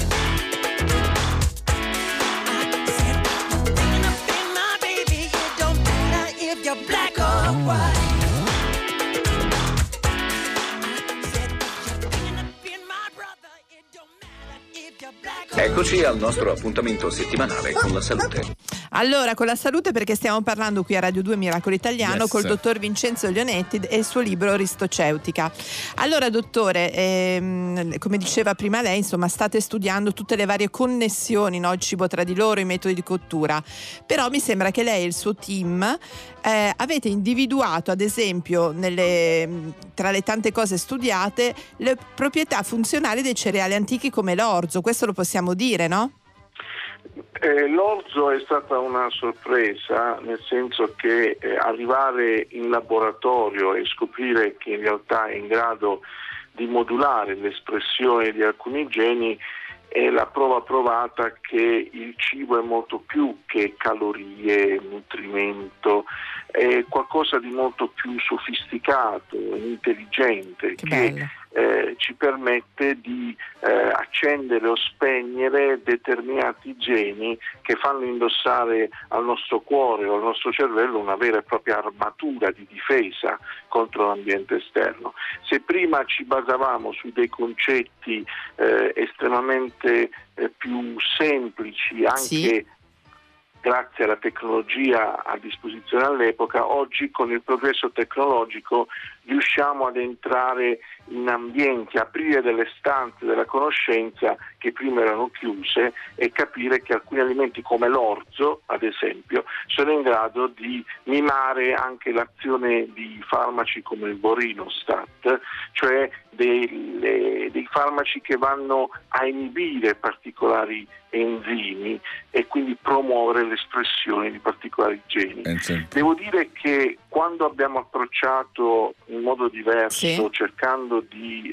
I said you're thinking about my baby. It don't matter if you're black or white. Eccoci al nostro appuntamento settimanale con la salute. Allora, con la salute, perché stiamo parlando qui a Radio 2 Miracolo Italiano col dottor Vincenzo Leonetti e il suo libro Aristoceutica. Allora, dottore, come diceva prima lei, insomma, state studiando tutte le varie connessioni, no? Il cibo tra di loro, i metodi di cottura. Però mi sembra che lei e il suo team avete individuato, ad esempio, tra le tante cose studiate, le proprietà funzionali dei cereali antichi come l'orzo. Questo lo possiamo dire, no? L'orzo è stata una sorpresa, nel senso che arrivare in laboratorio e scoprire che in realtà è in grado di modulare l'espressione di alcuni geni, è la prova provata che il cibo è molto più che calorie, nutrimento, è qualcosa di molto più sofisticato, intelligente, che ci permette di accendere o spegnere determinati geni che fanno indossare al nostro cuore o al nostro cervello una vera e propria armatura di difesa contro l'ambiente esterno. Se prima ci basavamo su dei concetti estremamente più semplici, anche grazie alla tecnologia a disposizione all'epoca, oggi con il progresso tecnologico riusciamo ad entrare in ambienti, aprire delle stanze della conoscenza che prima erano chiuse e capire che alcuni alimenti come l'orzo, ad esempio, sono in grado di mimare anche l'azione di farmaci come il Borinostat, cioè dei farmaci che vanno a inibire particolari enzimi e quindi promuovere l'espressione di particolari geni. Devo dire che quando abbiamo approcciato in modo diverso, cercando di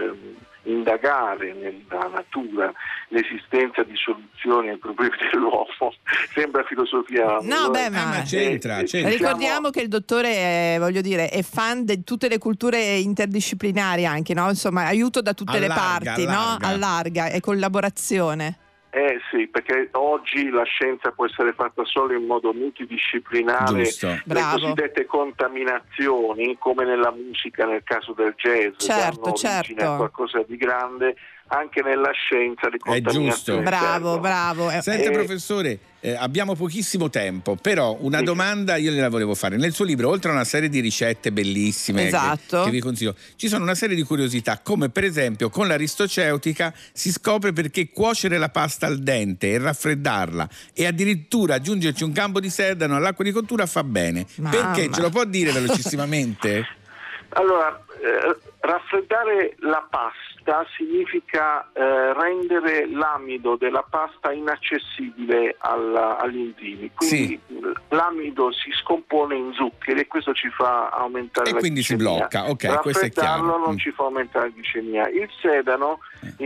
indagare nella natura l'esistenza di soluzioni ai problemi dell'uomo, sembra filosofia. No, ma c'entra. Ricordiamo che il dottore è fan di tutte le culture interdisciplinari anche, no? Insomma, aiuto da tutte le parti, no? Allarga e collaborazione. Sì, perché oggi la scienza può essere fatta solo in modo multidisciplinare. Giusto. Le cosiddette contaminazioni, come nella musica nel caso del jazz, danno origine a qualcosa di grande. Anche nella scienza le contaminazioni. Bravo. Senta professore, abbiamo pochissimo tempo, però una domanda io gliela volevo fare. Nel suo libro, oltre a una serie di ricette bellissime che vi consiglio, ci sono una serie di curiosità, come per esempio con l'aristoceutica si scopre perché cuocere la pasta al dente e raffreddarla e addirittura aggiungerci un gambo di sedano all'acqua di cottura fa bene. Perché? Ce lo può dire velocissimamente? Allora, raffreddare la pasta significa rendere l'amido della pasta inaccessibile agli enzimi, quindi l'amido si scompone in zuccheri e questo ci fa aumentare la quindi glicemia. Si blocca, ok, questo è chiaro. Raffreddarlo non ci fa aumentare la glicemia. Il sedano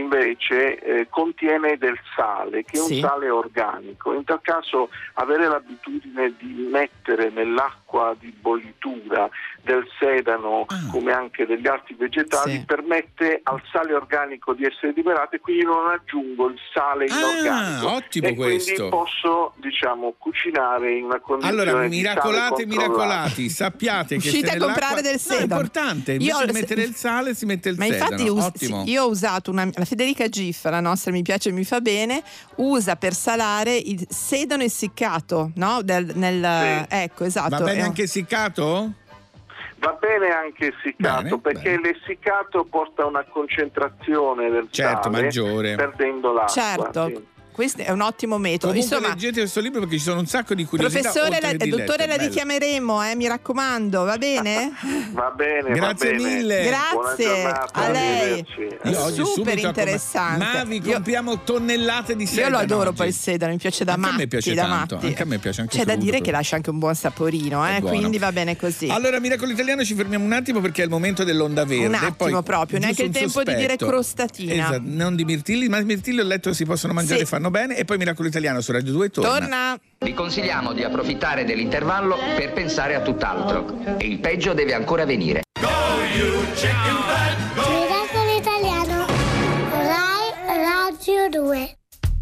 invece contiene del sale, che è un sale organico. In tal caso avere l'abitudine di mettere nell'acqua di bollitura del sedano, come anche degli altri vegetali, permette al sale organico di essere liberato e quindi non aggiungo il sale inorganico. Ottimo e questo. Quindi posso, cucinare in una condizione allora, miracolati, sappiate che uscite a comprare del sedano. È importante, invece di mettere il sale si mette il sedano. Ma infatti io ho usato la Federica Giff, la nostra mi piace e mi fa bene, usa per salare il sedano essiccato, no? Ecco, esatto. Va bene anche essiccato? Va bene anche essiccato, perché l'essiccato porta a una concentrazione del sale maggiore, perdendo l'acqua. Questo è un ottimo metodo. Comunque insomma, leggete questo libro perché ci sono un sacco di curiosità. Professore, dottore, la richiameremo, mi raccomando, va bene? Va bene. Grazie mille. Grazie a lei. Super interessante. Ma vi compriamo tonnellate di sedano. Io lo adoro poi il sedano, mi piace da matti. A me piace tanto, anche a me piace anche c'è da dire che lascia anche un buon saporino, quindi va bene così. Allora, Miracolo Italiano, ci fermiamo un attimo perché è il momento dell'onda verde. Un attimo proprio, neanche il tempo di dire crostatina. Esatto, non di mirtilli, ma i mirtilli ho letto che si possono mangiare, fanno bene. E poi Miracolo Italiano su Radio 2 torna. Vi consigliamo di approfittare dell'intervallo per pensare a tutt'altro. E il peggio deve ancora venire. Miracolo Italiano, Rai Radio 2.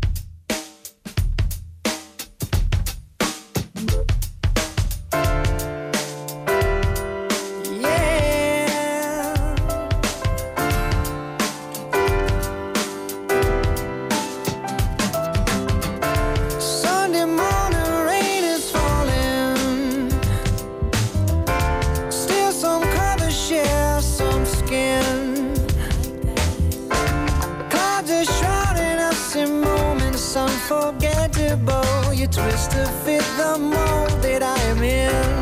Unforgettable, you twist to fit the mold that I am in.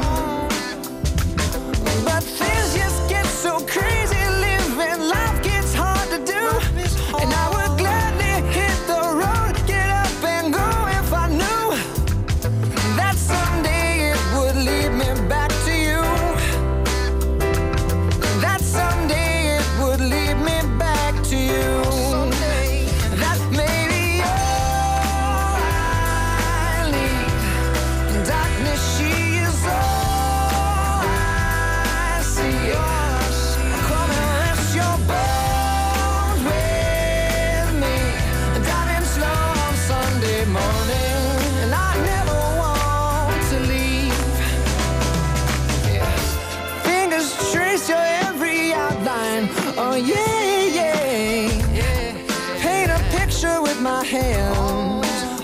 But things just get so crazy, living life gets hard to do. And I would gladly hit the road, get up and go if I knew that someday it would lead me back to you. That someday it would lead me Paint a picture with my hands.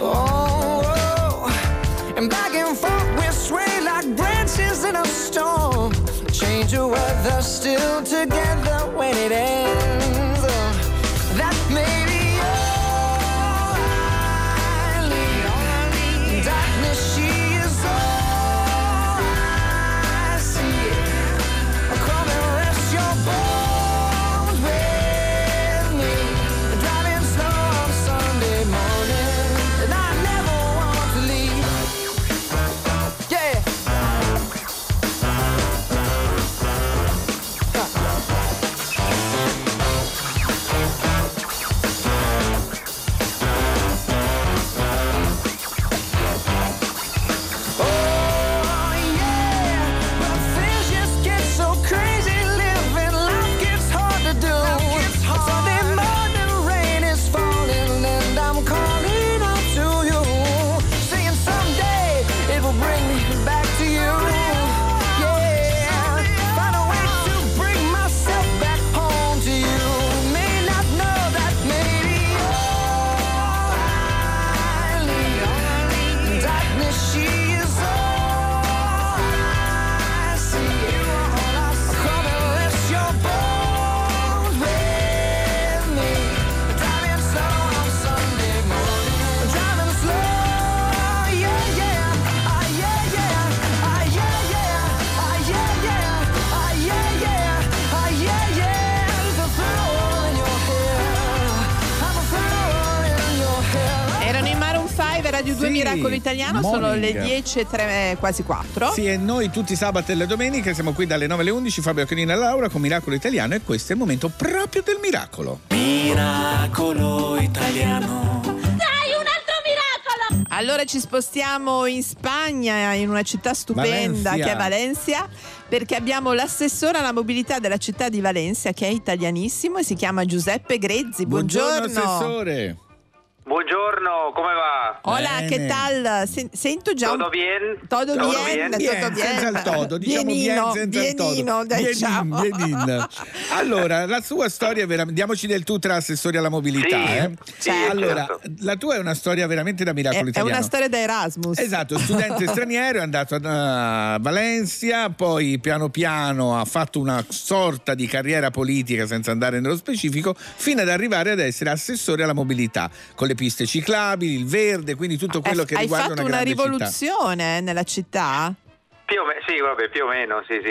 And back and forth we sway like branches in a storm. Change the weather, still together when it ends. That may be all I need. Darkness, she is all I see. Come and rest your bones with me. Driving slow on Sunday morning, and I never want to leave. Yeah. Radio 2 Miracolo Italiano, sono le 10:03, quasi 4. Sì, e noi tutti i sabati e le domeniche siamo qui dalle 9 alle 11, Fabio Canina e Laura con Miracolo Italiano, e questo è il momento proprio del miracolo. Miracolo Italiano. Dai, un altro miracolo! Allora ci spostiamo in Spagna, in una città stupenda Valencia, che è Valencia, perché abbiamo l'assessore alla mobilità della città di Valencia, che è italianissimo e si chiama Giuseppe Grezzi. Buongiorno assessore. Buongiorno, come va? Hola, bene. ¿qué tal? Sento già Todo bien? Todo bien, senza il todo, diciamo bien senza il todo. Diciamo. Bien. Allora, la sua storia, diamoci del tu tra assessori alla mobilità. Sì, allora, certo. La tua è una storia veramente da miracolo italiano. È una storia da Erasmus. Esatto, studente straniero, è andato a Valencia, poi piano piano ha fatto una sorta di carriera politica senza andare nello specifico, fino ad arrivare ad essere assessore alla mobilità, con le piste ciclabili, il verde, quindi tutto quello che riguarda una grande città. Hai fatto una rivoluzione nella città? Più o meno, sì.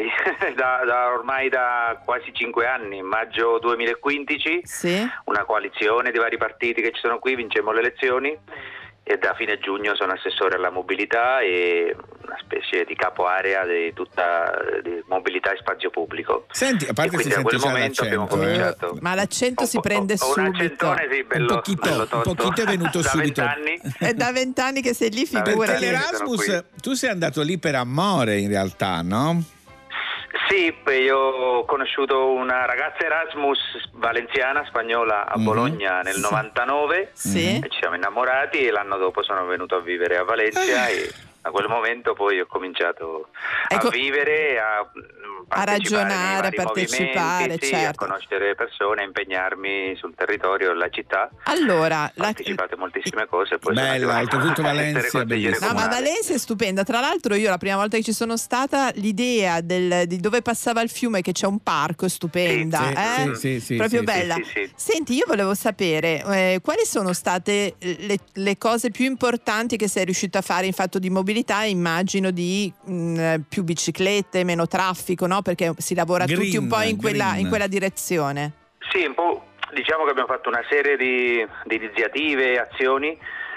Ormai da quasi 5 anni, maggio 2015, sì. Una coalizione di vari partiti che ci sono qui, vincemmo le elezioni e da fine giugno sono assessore alla mobilità e una specie di capo area di tutta di mobilità e spazio pubblico. Senti, a parte e quindi si da quel sente momento abbiamo cominciato. Ma l'accento si prende subito. Un accentone, sì, bello, un pochino è venuto da subito. 20 anni. È da 20 anni che sei lì, figurati. Perché l'Erasmus, tu sei andato lì per amore in realtà, no? Sì, io ho conosciuto una ragazza Erasmus valenziana, spagnola, a Bologna nel 99, sì. E ci siamo innamorati e l'anno dopo sono venuto a vivere a Valencia e da quel momento poi ho cominciato a vivere, a ragionare, a partecipare, sì, certo. A conoscere persone, a impegnarmi sul territorio della città. Allora, ho partecipato a moltissime cose. Poi bella, oltretutto Valencia, bellissima. No, ma Valencia è stupenda. Tra l'altro io la prima volta che ci sono stata, l'idea di dove passava il fiume, che c'è un parco, è stupenda. Sì, proprio bella. Sì. Senti, io volevo sapere quali sono state le cose più importanti che sei riuscito a fare in fatto di mobilità. Immagino di più biciclette, meno traffico, no? Perché si lavora tutti un po' in quella direzione. Sì, un po', diciamo che abbiamo fatto una serie di iniziative, azioni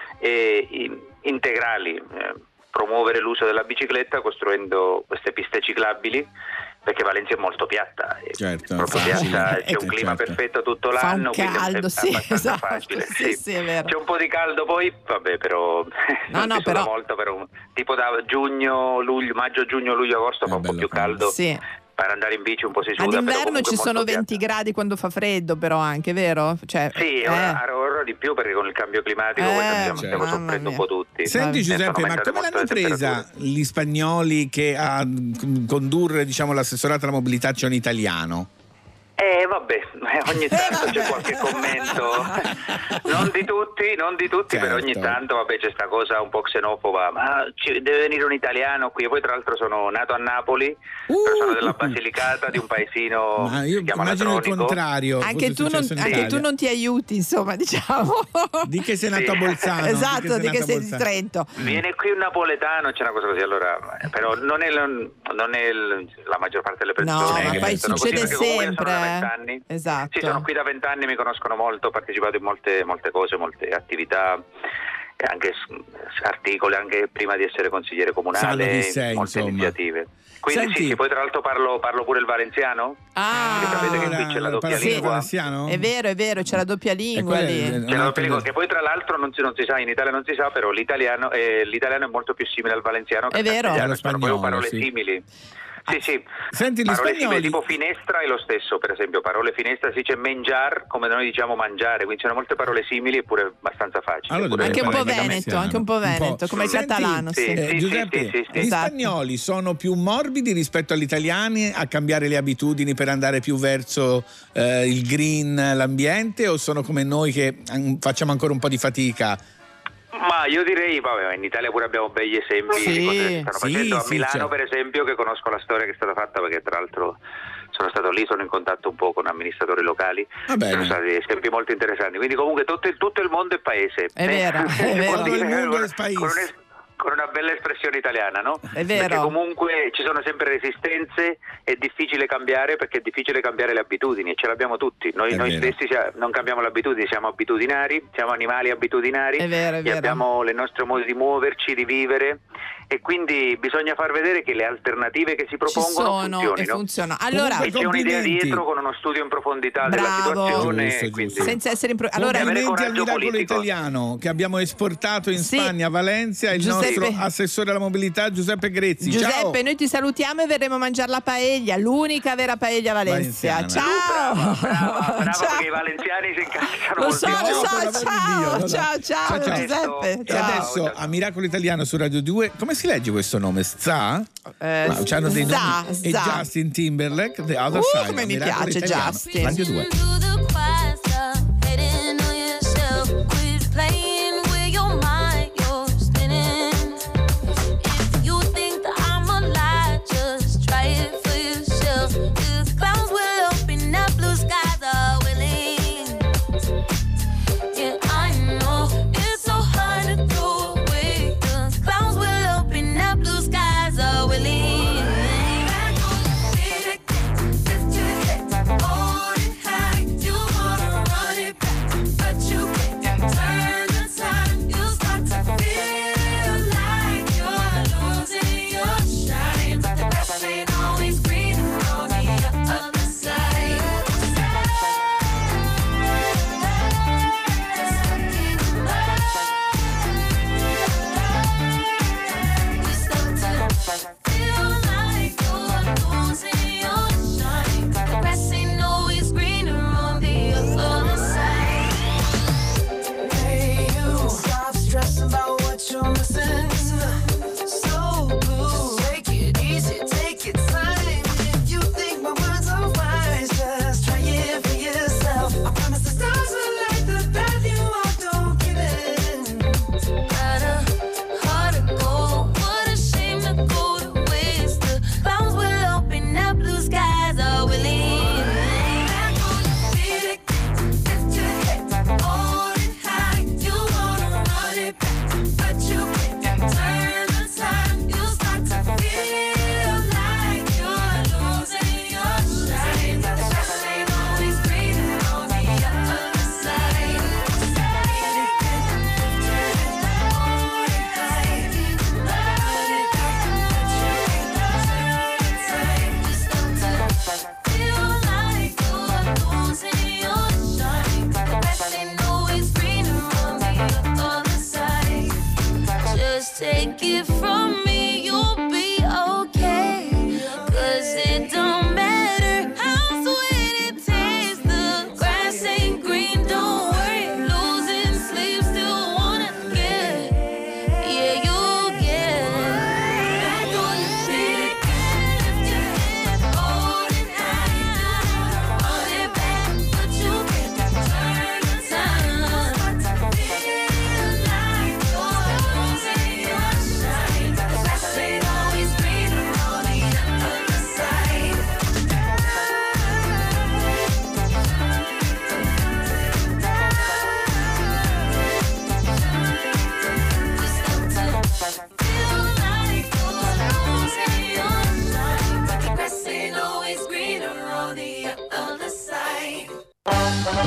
integrali, promuovere l'uso della bicicletta costruendo queste piste ciclabili, perché Valencia è molto piatta, certo, proprio piatta, c'è un clima perfetto tutto l'anno, fa un caldo, quindi è abbastanza facile. Sì, è vero. C'è un po' di caldo poi, vabbè, però non però molto, però tipo da giugno, luglio, maggio, giugno, luglio, agosto fa un po' più caldo. Sì. Per andare in bici un po' si suda. Ad inverno ci sono piatta. 20 gradi quando fa freddo, però anche, vero? Cioè, sì, ora di più, perché con il cambio climatico stiamo soffrendo un po' tutti. Senti Giuseppe, ma come l'hanno presa gli spagnoli che a condurre, diciamo, l'assessorato alla mobilità c'è un italiano? Vabbè, ogni tanto c'è qualche commento, non di tutti, certo. Però ogni tanto vabbè c'è sta cosa un po' xenofoba, ma deve venire un italiano qui. E poi tra l'altro sono nato a Napoli, però sono della Basilicata, di un paesino ma io si chiama immagino Latronico. Il contrario. Anche tu non ti aiuti, insomma, diciamo. Di che sei nato a Bolzano. Esatto, di che sei di Trento. Viene qui un napoletano, c'è una cosa così, allora, però non è la maggior parte delle persone. No, ma poi succede così, sempre. 20 anni. Esatto. Sì, sono qui da 20 anni, mi conoscono molto, ho partecipato in molte cose, molte attività, anche articoli, anche prima di essere consigliere comunale, molte iniziative. Quindi sì, poi tra l'altro parlo pure il valenziano. Sapete che qui c'è la doppia lingua. È vero, c'è la doppia lingua lì. C'è la doppia lingua che poi tra l'altro non si sa, in Italia non si sa, però l'italiano è molto più simile al valenziano che al castigliano, sono proprio parole simili. Sì. Senti, parole gli spagnoli... tipo finestra è lo stesso, per esempio, parole finestra si dice mangiar, come noi diciamo mangiare, quindi ci sono molte parole simili eppure abbastanza facili. Allora, anche un po' veneto, come il catalano. Giuseppe, gli spagnoli sono più morbidi rispetto agli italiani a cambiare le abitudini per andare più verso il green, l'ambiente, o sono come noi che facciamo ancora un po' di fatica? Ma io direi, in Italia pure abbiamo begli esempi di cose che si stanno facendo. A Milano, per esempio, che conosco la storia che è stata fatta, perché tra l'altro sono stato lì, sono in contatto un po' con amministratori locali, sono stati esempi molto interessanti. Quindi comunque tutto il mondo è paese. È vero. Tutto il mondo è paese. Con una bella espressione italiana, no? È vero. Perché comunque ci sono sempre resistenze, è difficile cambiare perché è difficile cambiare le abitudini, e ce l'abbiamo tutti. Noi stessi non cambiamo le abitudini, siamo abitudinari, siamo animali abitudinari, è vero. Abbiamo le nostre modi di muoverci, di vivere, e quindi bisogna far vedere che le alternative che si propongono funzionano. Allora, e c'è un'idea dietro con uno studio in profondità della situazione, giusto. Senza essere allora, complimenti al miracolo italiano che abbiamo esportato in Spagna, a Valencia, il nostro assessore alla mobilità Giuseppe Grezzi. Giuseppe, noi ti salutiamo e verremo a mangiare la paella, l'unica vera paella a Valencia. Ciao. Brava, perché i valenziani si incazzano. Lo so. Ciao Giuseppe. E adesso a Miracolo Italiano su Radio 2, come si legge questo nome? Za? C'hanno dei nomi. E Justin Timberlake, The Other Side. Come mi piace Justin. Radio 2. High.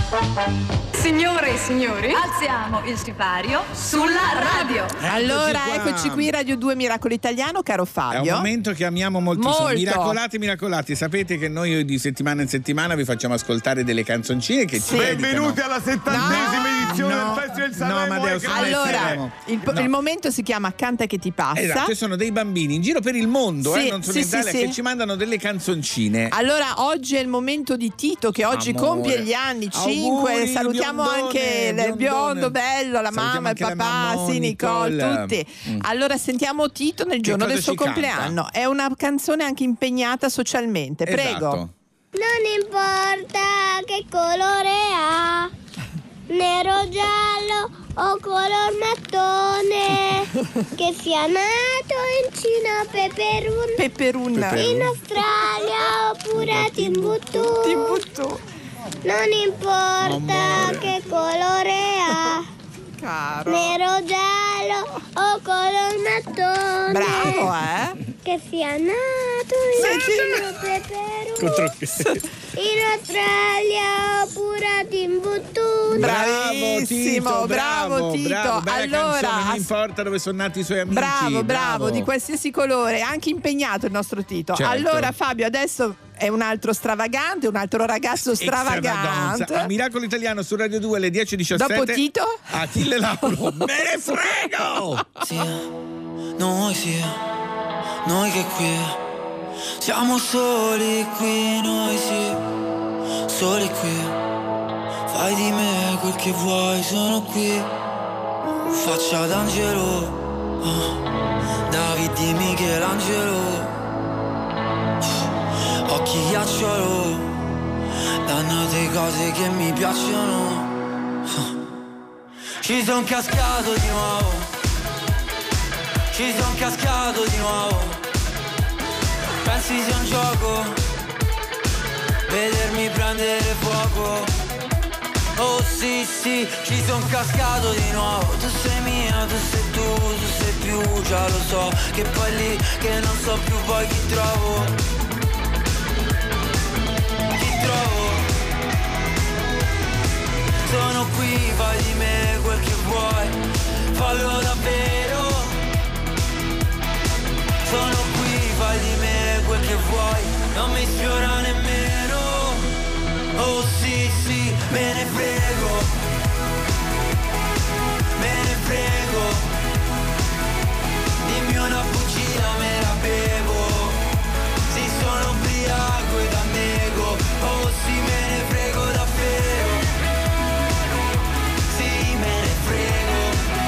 Signore e signori, alziamo il sipario sulla radio. Allora, eccoci qui, Radio 2 Miracolo Italiano, caro Fabio. È un momento che amiamo moltissimo. Miracolati. Sapete che noi di settimana in settimana vi facciamo ascoltare delle canzoncine che ci Benvenuti alla 70ª edizione del Festival Sanremo. Allora, il momento si chiama Canta che ti passa. Esatto, sono dei bambini in giro per il mondo, non solo in Italia, che ci mandano delle canzoncine. Allora, oggi è il momento di Tito, che oggi compie gli anni 5. Salutiamo anche il biondo bello, la mamma, il papà, Nicole, tutti. Allora sentiamo Tito nel giorno del suo compleanno. Canta? È una canzone anche impegnata socialmente. Prego. Non importa che colore ha, nero, giallo o color mattone, che sia nato in Cina Peperun, in Australia oppure a Timbuktu. Non importa che colore ha, caro, nero, giallo o color mattone. Bravo, che sia nato in Peperun, in Australia oppure a Timbuktu. Bravissimo, bravo Tito. Allora, non importa dove sono nati i suoi amici. Bravo, di qualsiasi colore, anche impegnato il nostro Tito. Certo. Allora, Fabio, adesso è un altro stravagante, un altro ragazzo stravagante. A Miracolo Italiano su Radio 2 alle 10:17. Dopo Tito? Achille Lauro. Me ne frego! Noi che qui siamo soli qui, noi soli qui. Fai di me quel che vuoi, sono qui. Faccia d'angelo, David di Michelangelo, occhi ghiacciolo, dannate cose che mi piacciono. Ci son cascato di nuovo, pensi sia un gioco, vedermi prendere fuoco. Oh sì, ci son cascato di nuovo. Tu sei mia, tu sei tu sei più, già lo so, che poi lì che non so più poi chi trovo. Sono qui, fai di me quel che vuoi, fallo davvero. Sono qui, fai di me quel che vuoi, non mi sfiora nemmeno. Oh sì, me ne frego, dimmi una bugia, me la bevo. Sì, sono ubriaco ed annego. Oh sì, me ne frego davvero. Sì, me ne frego.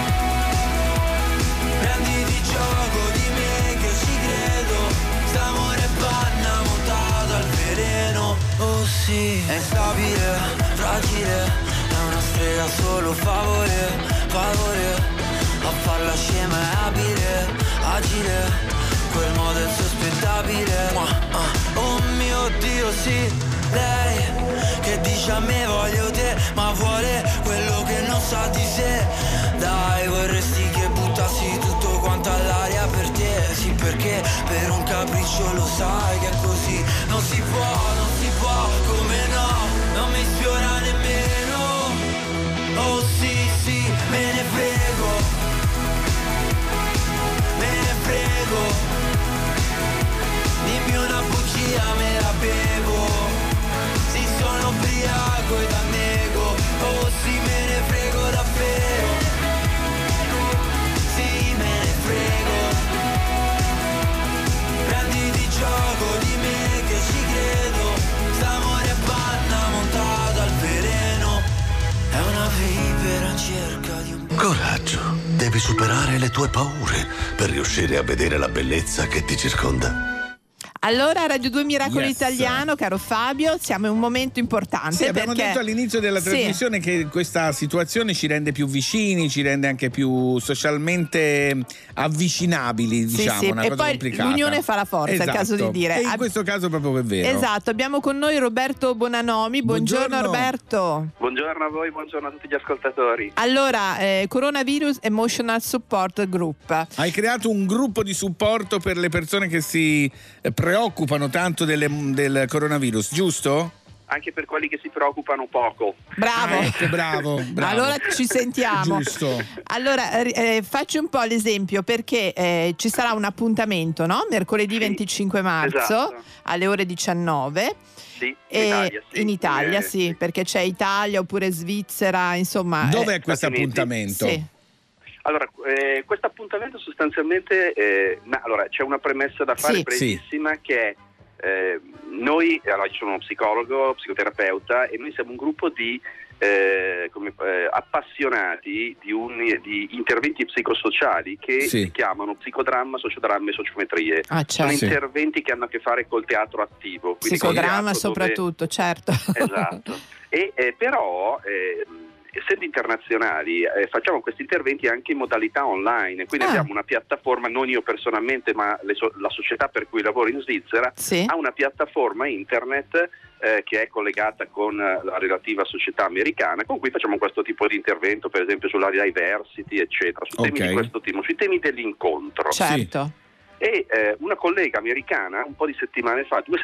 Prenditi gioco di me che ci credo. St'amore è panna montata al veleno. Oh sì, è instabile, fragile, è una strega solo favore. A farla scema è abile, agile, quel modo è insospettabile. Oh mio Dio, sì, lei che dice a me voglio te, ma vuole quello che non sa di sé. Dai, vorresti che buttassi tutto quanto all'aria per te. Sì, perché per un capriccio lo sai che è così. Non si può, come no, non mi sfiora nemmeno. Oh sì, me ne frego. Dimmi una bugia, me la bevo. Sì, sono ubriaco ed annego. Oh sì, me ne frego davvero. Sì, me ne frego. Prenditi gioco di me che ci credo. St'amore è panna montata al veleno. È una vipera in cerca di un... Coraggio, devi superare le tue paure per riuscire a vedere la bellezza che ti circonda. Allora, Radio 2 Miracolo Italiano, caro Fabio, siamo in un momento importante. Sì, abbiamo detto all'inizio della trasmissione che questa situazione ci rende più vicini, ci rende anche più socialmente avvicinabili, diciamo, una e cosa poi complicata. L'unione fa la forza, è il caso di dire. E in questo caso proprio è vero. Esatto, abbiamo con noi Roberto Bonanomi. Buongiorno Roberto. Buongiorno a voi, buongiorno a tutti gli ascoltatori. Allora, Coronavirus Emotional Support Group. Hai creato un gruppo di supporto per le persone che si preoccupano tanto del coronavirus, giusto? anche per quelli che si preoccupano poco. Bravo. Allora ci sentiamo. Giusto. Allora facci un po' l'esempio, perché ci sarà un appuntamento, no? Mercoledì 25 marzo esatto. alle ore 19. Sì, in Italia, sì, perché c'è Italia oppure Svizzera, insomma. Dov'è questo appuntamento? Sì. Allora, questo appuntamento sostanzialmente, allora c'è una premessa da fare brevissima che è noi, allora io sono uno psicologo, psicoterapeuta, e noi siamo un gruppo di appassionati di interventi psicosociali che si chiamano psicodramma, sociodramma e sociometrie. Sono interventi che hanno a che fare col teatro attivo. Psicodramma soprattutto, certo. Esatto. Però essendo internazionali facciamo questi interventi anche in modalità online, quindi abbiamo una piattaforma, non io personalmente ma la società per cui lavoro in Svizzera ha una piattaforma internet che è collegata con la relativa società americana, con cui facciamo questo tipo di intervento, per esempio sulla diversity eccetera, su temi di questo tipo, sui temi dell'incontro. Certo. E una collega americana due settimane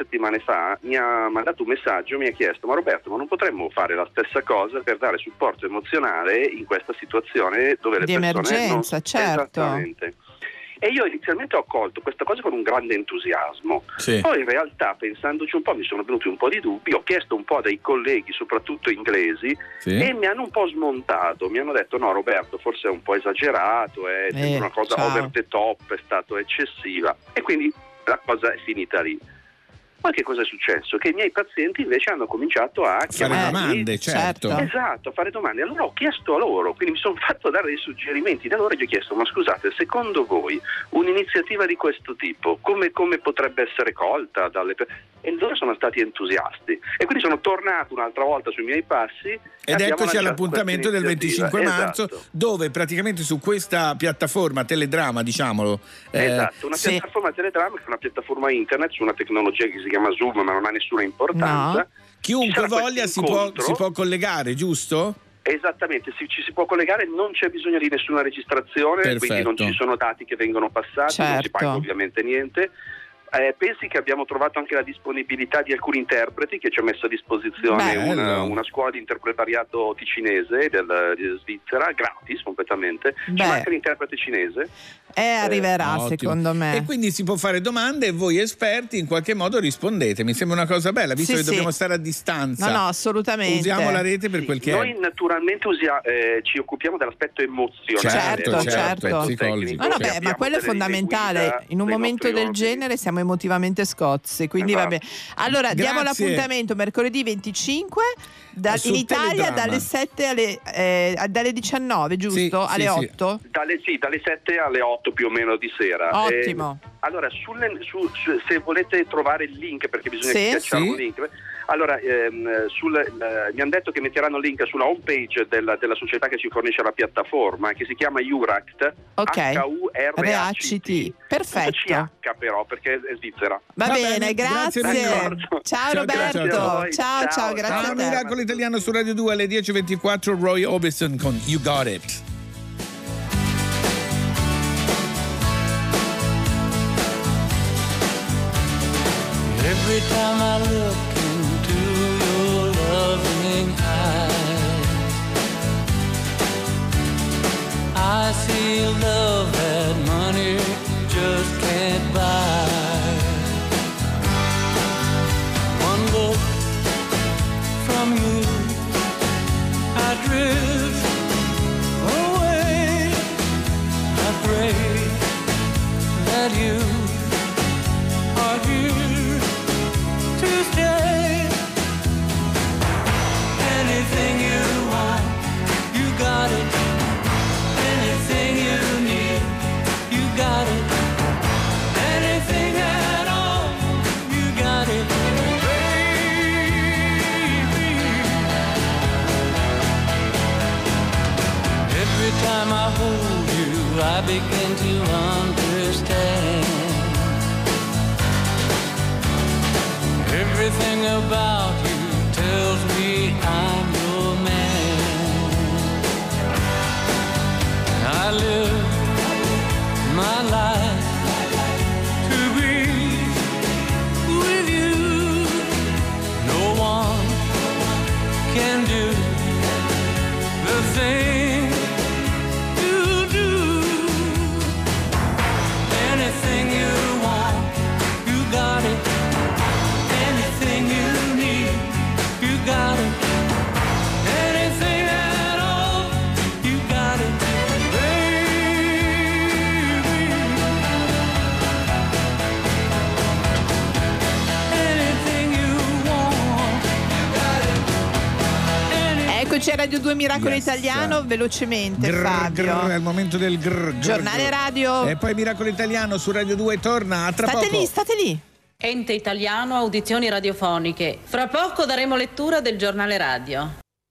fa mi ha mandato un messaggio, mi ha chiesto: ma Roberto, ma non potremmo fare la stessa cosa per dare supporto emozionale in questa situazione dove le di persone emergenza, certo. Esattamente. E io inizialmente ho accolto questa cosa con un grande entusiasmo, poi in realtà pensandoci un po' mi sono venuti un po' di dubbi, ho chiesto un po' dai colleghi soprattutto inglesi e mi hanno un po' smontato, mi hanno detto: no Roberto, forse è un po' esagerato, è una cosa over the top, è stato eccessiva, e quindi la cosa è finita lì. Poi che cosa è successo? Che i miei pazienti invece hanno cominciato a fare domande, certo. Esatto, a fare domande. Allora ho chiesto a loro, quindi mi sono fatto dare dei suggerimenti da loro e gli ho chiesto: ma scusate, secondo voi un'iniziativa di questo tipo come potrebbe essere colta dalle persone? E loro sono stati entusiasti e quindi sono tornato un'altra volta sui miei passi ed eccoci all'appuntamento del 25 marzo, dove praticamente su questa piattaforma Teledrama, diciamolo, esatto, una piattaforma Teledrama che è una piattaforma internet su una tecnologia che si chiama Zoom, ma non ha nessuna importanza. No. Chiunque voglia si può collegare, giusto? Esattamente, ci si può collegare, non c'è bisogno di nessuna registrazione, quindi non ci sono dati che vengono passati, non si paga ovviamente niente. Pensi che abbiamo trovato anche la disponibilità di alcuni interpreti che ci ha messo a disposizione una scuola di interpretariato ticinese di Svizzera, gratis completamente. Ci manca l'interprete cinese. Arriverà secondo me. E quindi si può fare domande e voi esperti in qualche modo rispondete. Mi sembra una cosa bella, visto che dobbiamo stare a distanza. No, assolutamente. Usiamo la rete per quel che noi è. Noi naturalmente ci occupiamo dell'aspetto emozionale. Certo. Ma quello è fondamentale. In un momento del genere siamo emotivamente scozzi, quindi vabbè. Allora diamo l'appuntamento mercoledì 25 in Italia dalle 7 dalle 19, giusto? Alle 8? Dalle 7 alle 8 più o meno di sera. Ottimo. Allora se volete trovare il link, perché bisogna schiacciare un link. Allora, mi hanno detto che metteranno il link sulla home page della società che ci fornisce la piattaforma, che si chiama Huract. HURACT. Perfetto. CH però, perché è Svizzera. Va bene, grazie. Ciao Roberto. Ciao, grazie a te. Miracolo Italiano su Radio 2 alle 10:24, Roy Orbison con You Got It. Every time I look into your loving eyes, I see love that money just can't buy. One look from you, I drift away. I pray that you are here to stay. Anything you want, you got it. Anything you need, you got it. Anything at all, you got it. Baby, every time I hold you, I begin to understand. Everything about you tells me I'm your man. I live my life to be with you. No one Amici a Radio 2 Miracolo Italiano, velocemente Fabio. È il momento del giornale radio. E poi Miracolo Italiano su Radio 2 torna tra poco. State lì. Ente Italiano Audizioni Radiofoniche. Fra poco daremo lettura del giornale radio.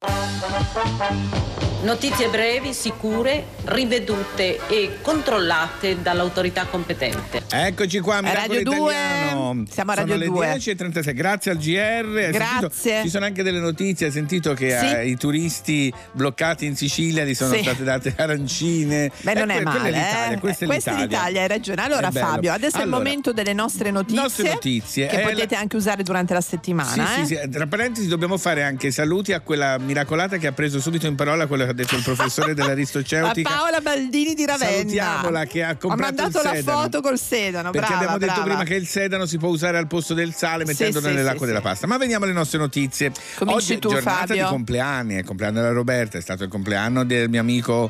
Notizie brevi, sicure, rivedute e controllate dall'autorità competente. Eccoci qua, Miracolo Radio Italiano. 2. Siamo a Radio 2. Sono le 10:36. Grazie al GR. Grazie. Ci sono anche delle notizie. Hai sentito che ai turisti bloccati in Sicilia gli sono state date arancine. Beh, non è male. Questa è l'Italia, hai ragione. Allora Fabio, adesso è il momento delle nostre notizie che potete anche usare durante la settimana. Sì. Tra parentesi dobbiamo fare anche saluti a quella miracolata che ha preso subito in parola quello che ha detto il professore dell'Aristoceutica. A Paola Baldini di Ravenna. Salutiamola, che ha comprato mandato la foto col sedano. Perché abbiamo detto prima che il sedano si può usare al posto del sale mettendolo nell'acqua della pasta. Ma veniamo alle nostre notizie. Cominci Oggi tu, giornata Fabio. di compleanni, è il compleanno della Roberta, è stato il compleanno del mio amico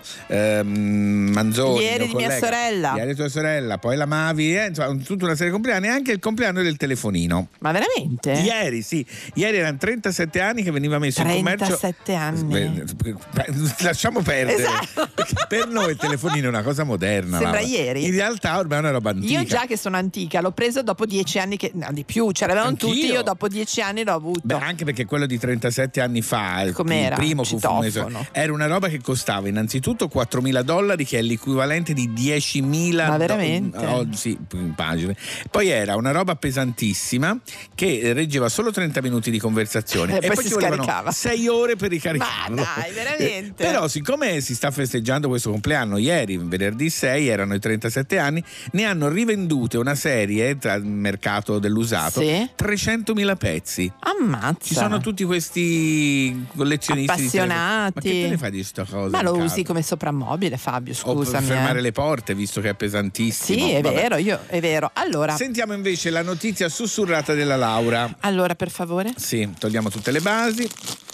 Manzoni. Ieri di mia sorella. Ieri tua sorella, poi la Mavi, insomma, tutta una serie di compleanni e anche il compleanno del telefonino. Ma veramente? Ieri erano 37 anni che veniva messo in commercio. 37 anni. Lasciamo perdere. Esatto. Per noi il telefonino è una cosa moderna. Sembra ieri. In realtà ormai è una roba antica. Io già che sono antica l'ho preso dopo 10 anni di più, ce l'avevano tutti, io dopo 10 anni l'ho avuto. Beh, anche perché quello di 37 anni fa, il primo fu Citofono. Era una roba che costava innanzitutto $4.000, che è l'equivalente di 10.000. Ma veramente? Sì, in pagine. Poi era una roba pesantissima che reggeva solo 30 minuti di conversazione e poi ci volevano 6 ore per ricaricarlo. Ma dai, veramente? Però siccome si sta festeggiando questo compleanno, ieri, venerdì 6, erano i 37 anni, ne hanno rivendute una serie tra il mercato dell'usato, 300.000 pezzi. Ammazza. Ci sono tutti questi collezionisti appassionati. Ma che te ne fai di sta cosa? Ma lo usi come soprammobile, Fabio, scusami. O per fermare le porte, visto che è pesantissimo. Sì, è vero. Allora, sentiamo invece la notizia sussurrata della Laura. Allora, per favore. Sì, togliamo tutte le basi.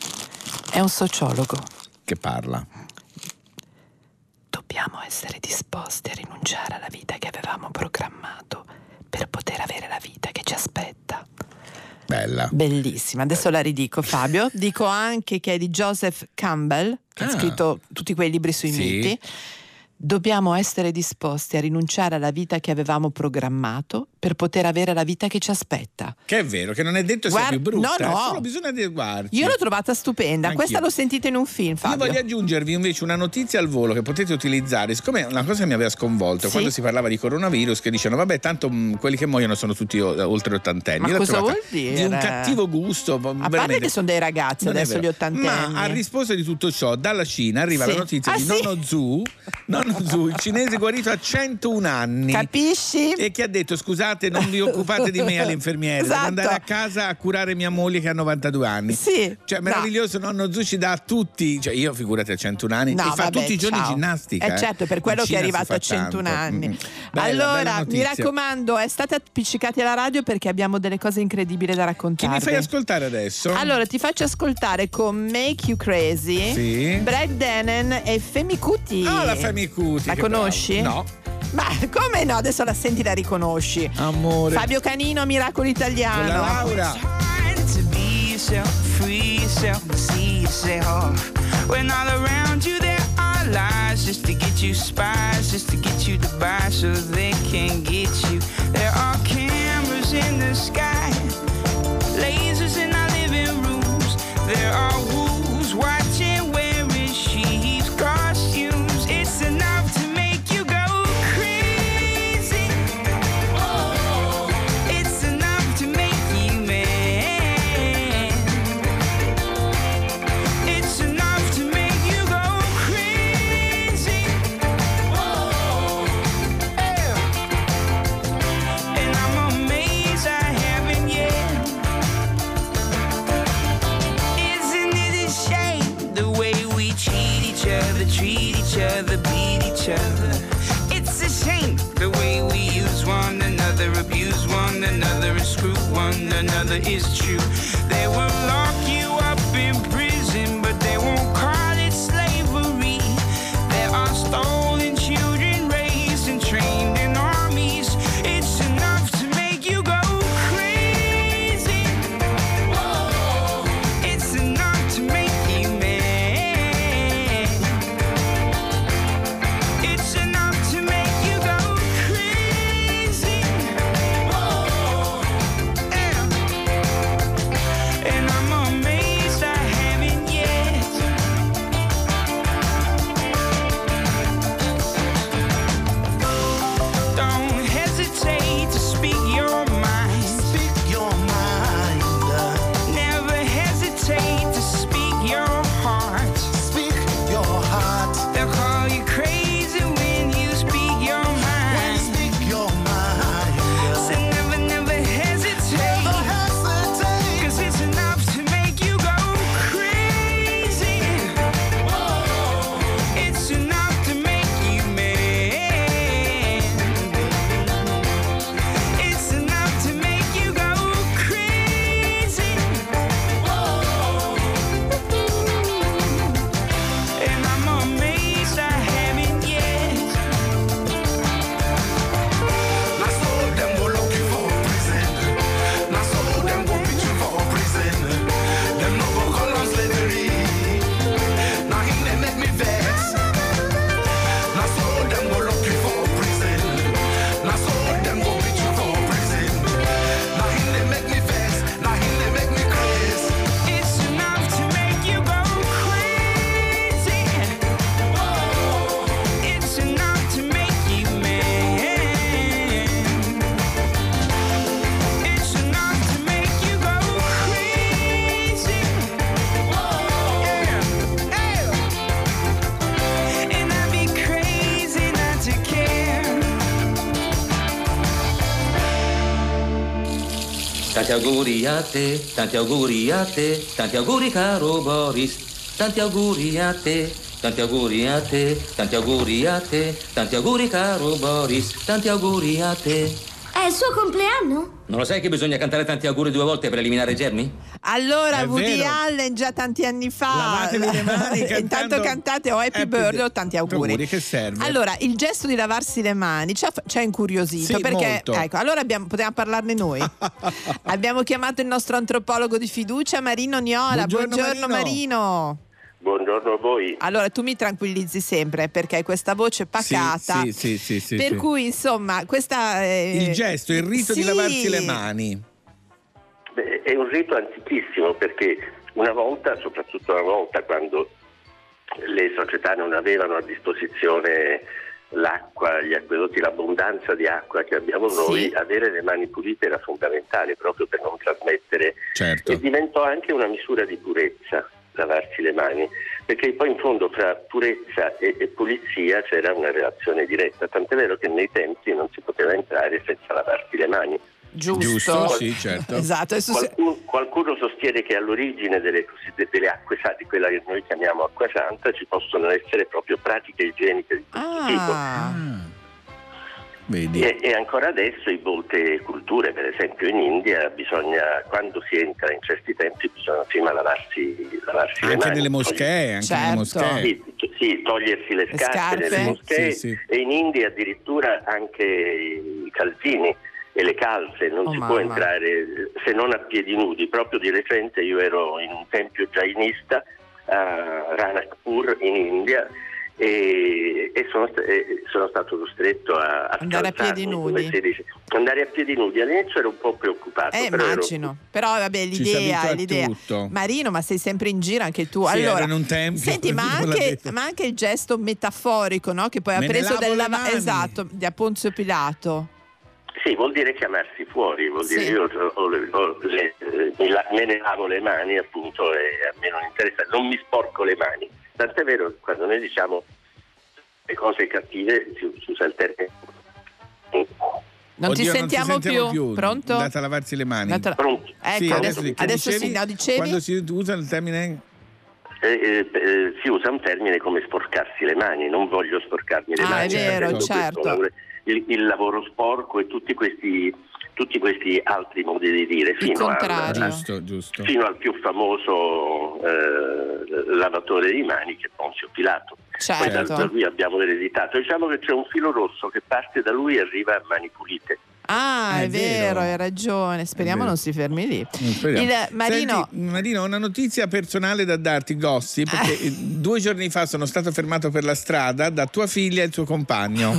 È un sociologo che parla. Dobbiamo essere disposti a rinunciare alla vita che avevamo programmato per poter avere la vita che ci aspetta. Bella. Bellissima. Adesso la ridico, Fabio. Dico anche che è di Joseph Campbell, che ha scritto tutti quei libri sui miti. Dobbiamo essere disposti a rinunciare alla vita che avevamo programmato per poter avere la vita che ci aspetta. Che è vero, che non è detto sia più brutta. No. Solo bisogna guardarci. Io l'ho trovata stupenda. Anch'io. Questa l'ho sentita in un film, Fabio. Io voglio aggiungervi invece una notizia al volo che potete utilizzare, siccome è una cosa che mi aveva sconvolto quando si parlava di coronavirus, che dicevano vabbè, tanto quelli che muoiono sono tutti oltre ottantenni. Ma cosa vuol dire? Di un cattivo gusto. A parte che sono dei ragazzi adesso gli ottantenni. Ma a risposta di tutto ciò, dalla Cina arriva la notizia di Nonno Zhu, il cinese guarito a 101 anni. Capisci? E che ha detto scusate, non vi occupate di me all'infermiere, devo andare a casa a curare mia moglie che ha 92 anni. Sì. Cioè meraviglioso, Nonno Zhu ci dà a tutti, cioè io figurati a 101 anni e fa tutti i giorni ginnastica. Certo, per quello che è arrivato a 101 anni. Allora, mi raccomando, state appiccicati alla radio perché abbiamo delle cose incredibili da raccontare. Chi mi fai ascoltare adesso? Allora, ti faccio ascoltare con Make You Crazy, Brad Dennen e Femi Kuti. La Femi Kuti. La conosci? No. Ma come no? Adesso la senti, la riconosci. Amore. Fabio Canino, Miracolo Italiano. Con la Laura. When all around you there are lies, just to get you spies, just to get you to buy so they can get you. There are cameras in the sky, lasers in our living rooms. There are wolves watching, wearing sheep's costumes. It's enough to make you go crazy. It's enough to make you mad. It's enough to make you go crazy. And I'm amazed I haven't yet. Isn't it a shame the way we treat each other, beat each other? It's a shame the way we use one another, abuse one another, and screw one another. Is true. They will lock you up in prison, but they won't call it slavery. There are stolen children raised and trained in armies. It's enough to make you go crazy. It's enough to make you mad. Tanti auguri a te, tanti auguri a te, tanti auguri caro Boris, tanti auguri a te, tanti auguri a te, tanti auguri a te, tanti auguri caro Boris, tanti auguri a te. È il suo compleanno? Non lo sai che bisogna cantare tanti auguri 2 volte per eliminare i germi? Allora, È Woody vero. Allen già tanti anni fa. Lavatevi le mani cantando Intanto cantate o Happy Birthday o tanti auguri. Che serve? Allora, il gesto di lavarsi le mani ci ha incuriosito, Sì, perché molto. ecco, allora potevamo parlarne noi. Abbiamo chiamato il nostro antropologo di fiducia, Marino Niola. Buongiorno Marino. Buongiorno a voi. Allora, tu mi tranquillizzi sempre perché hai questa voce pacata. Sì, per cui, insomma, questa il gesto, il rito di lavarsi le mani. Beh, è un rito antichissimo, perché una volta, soprattutto una volta, quando le società non avevano a disposizione l'acqua, gli acquedotti, l'abbondanza di acqua che abbiamo noi, avere le mani pulite era fondamentale proprio per non trasmettere. Certo. E diventò anche una misura di purezza lavarsi le mani, perché poi in fondo fra purezza e pulizia c'era una relazione diretta, tant'è vero che nei templi non si poteva entrare senza lavarsi le mani. Giusto, sì, certo. Esatto. Qualcuno sostiene che all'origine delle acque sante, quella che noi chiamiamo acqua santa, ci possono essere proprio pratiche igieniche di questo tipo. Vedi. E ancora adesso in molte culture, per esempio in India, quando si entra in certi templi bisogna prima lavarsi le mani. Anche nelle moschee, Sì, togliersi le scarpe nelle moschee, e in India addirittura anche i calzini e le calze, non si può entrare se non a piedi nudi. Proprio di recente io ero in un tempio jainista a Ranakpur in India e sono stato costretto a andare a piedi nudi. Andare a piedi nudi. All'inizio ero un po' preoccupato, immagino. Però vabbè, l'idea è l'idea. Marino, ma sei sempre in giro anche tu. Sì, allora, ero in un tempio, senti, ma anche il gesto metaforico, che poi ha preso di Ponzio Pilato. Sì, vuol dire chiamarsi fuori, vuol dire io me ne lavo le mani, appunto, e a me non interessa, non mi sporco le mani. Tant'è vero che quando noi diciamo le cose cattive si usa il termine. Non ti sentiamo più. Pronto? Andate a lavarsi le mani. Pronto. Ecco, adesso sì, dicevi? Quando si usa il termine? Si usa un termine come sporcarsi le mani, non voglio sporcarmi le mani. È vero, certo. Il lavoro sporco e tutti questi altri modi di dire, fino al più famoso lavatore di mani, che è Ponzio Pilato. Certo. Poi da lui abbiamo ereditato. Diciamo che c'è un filo rosso che parte da lui e arriva a mani pulite. È vero, hai ragione. Speriamo non si fermi lì. Marino, ho una notizia personale da darti, gossip, perché 2 giorni fa sono stato fermato per la strada da tua figlia e il suo compagno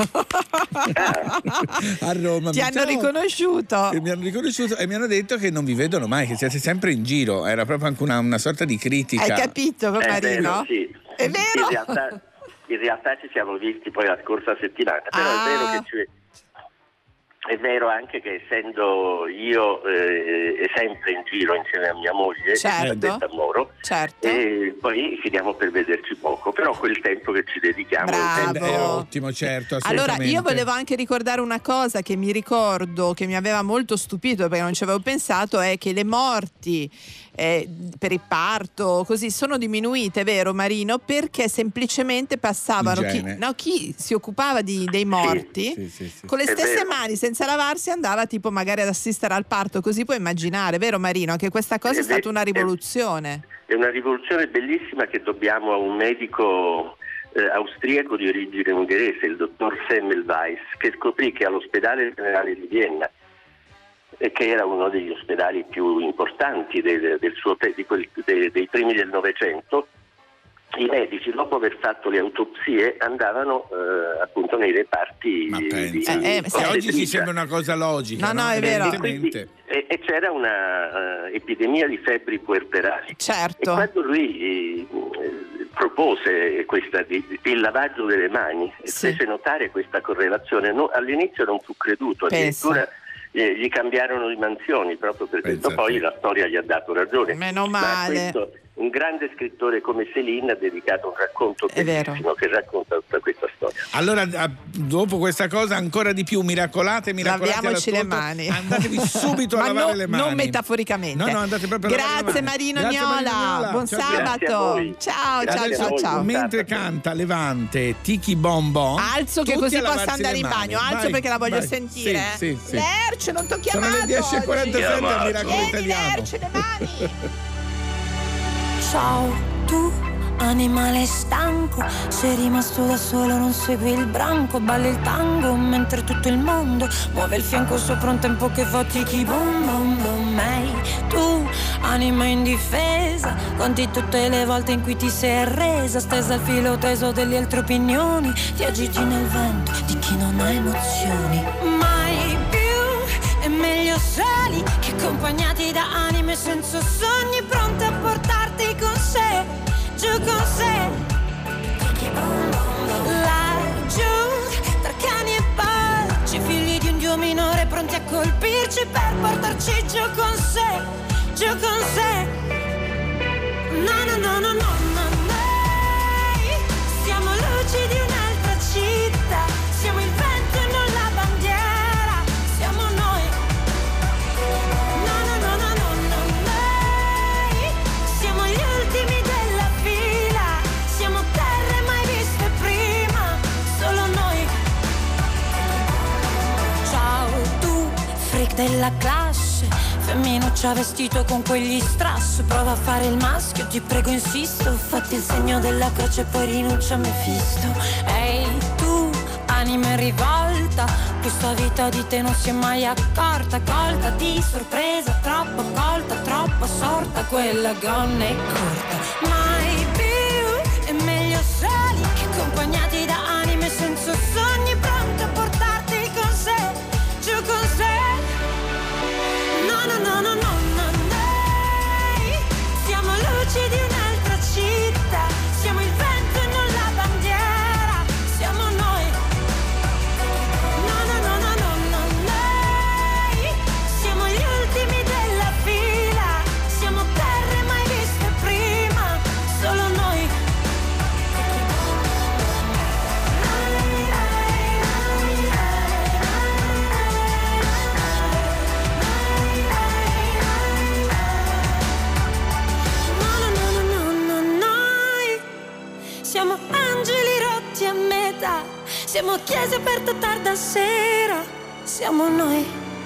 a Roma. Ti hanno riconosciuto? Mi hanno riconosciuto e mi hanno detto che non vi vedono mai, che siete sempre in giro. Era proprio anche una sorta di critica. Hai capito, Marino? È vero? In realtà ci siamo visti poi la scorsa settimana, però è vero che è vero anche che essendo io sempre in giro insieme a mia moglie, Elisabetta Moro, e poi finiamo per vederci poco, però quel tempo che ci dedichiamo è ottimo, certo, assolutamente. Allora, io volevo anche ricordare una cosa che mi ricordo, che mi aveva molto stupito perché non ci avevo pensato, è che le morti per il parto così sono diminuite, vero Marino? Perché semplicemente passavano chi si occupava dei morti con le stesse mani, senza lavarsi, andava tipo magari ad assistere al parto, così puoi immaginare, vero Marino? Anche questa cosa è stata una rivoluzione. È una rivoluzione bellissima che dobbiamo a un medico austriaco di origine ungherese, il dottor Semmelweis, che scoprì che all'ospedale generale di Vienna, che era uno degli ospedali più importanti dei primi del Novecento, i medici, dopo aver fatto le autopsie, andavano appunto nei reparti che oggi ci sembra una cosa logica. No, è vero. E c'era una epidemia di febbri puerperali. Certo. E quando lui propose il lavaggio delle mani e fece notare questa correlazione, all'inizio non fu creduto, addirittura gli cambiarono di mansioni proprio per questo. Poi la storia gli ha dato ragione. Meno male. Un grande scrittore come Céline ha dedicato un racconto bellissimo che racconta tutta questa storia. storia. Allora, dopo questa cosa ancora di più, miracolate laviamoci le mani, andatevi subito a lavare le mani, non metaforicamente. No, andate proprio a lavare le mani. Marino Gnola, buon sabato, ciao. Mentre canta Levante Tiki Bom Bom, alzo che così possa andare in bagno, alzo perché la voglio sentire. Sì. Lerce, non ti ho chiamato. Sono le 10:47 al Miracolo Italiano. Lerce, le mani. Ciao, tu animale stanco, sei rimasto da solo, non segui il branco, balli il tango mentre tutto il mondo muove il fianco sopra un tempo che fa tiki bom bom bom. Ehi, tu anima indifesa, conti tutte le volte in cui ti sei arresa, stesa al filo teso delle altre opinioni, ti agiti nel vento di chi non ha emozioni. Mai più è meglio soli che accompagnati da anime senza sogni, pronte a portarti con sé, giù con sé. Laggiù tra cani e porci, figli di un dio minore pronti a colpirci per portarci giù con sé, giù con sé. No, noi siamo luci di un'altra città, siamo il vento e non la bandiera, siamo noi. No, noi siamo gli ultimi della fila, siamo terre mai viste prima, solo noi. Ciao tu, freak della classe, femminuccia vestito con quegli strass, prova a fare il maschio, ti prego insisto, fatti il segno della croce e poi rinuncia a Mefisto. Ehi tu, anima in rivolta, questa vita di te non si è mai accorta, colta di sorpresa, troppo colta, troppo assorta, quella gonna è corta. Mai più è meglio soli che accompagnati da anime senza sogni, pronti a portarti con sé, giù con sé. No, noi siamo luci di un'altra città, siamo il vento e non la bandiera, siamo noi. No, noi siamo gli ultimi della fila, siamo terre mai viste prima, solo noi. Siamo angeli rotti a metà, siamo chiese aperte tarda sera, siamo noi.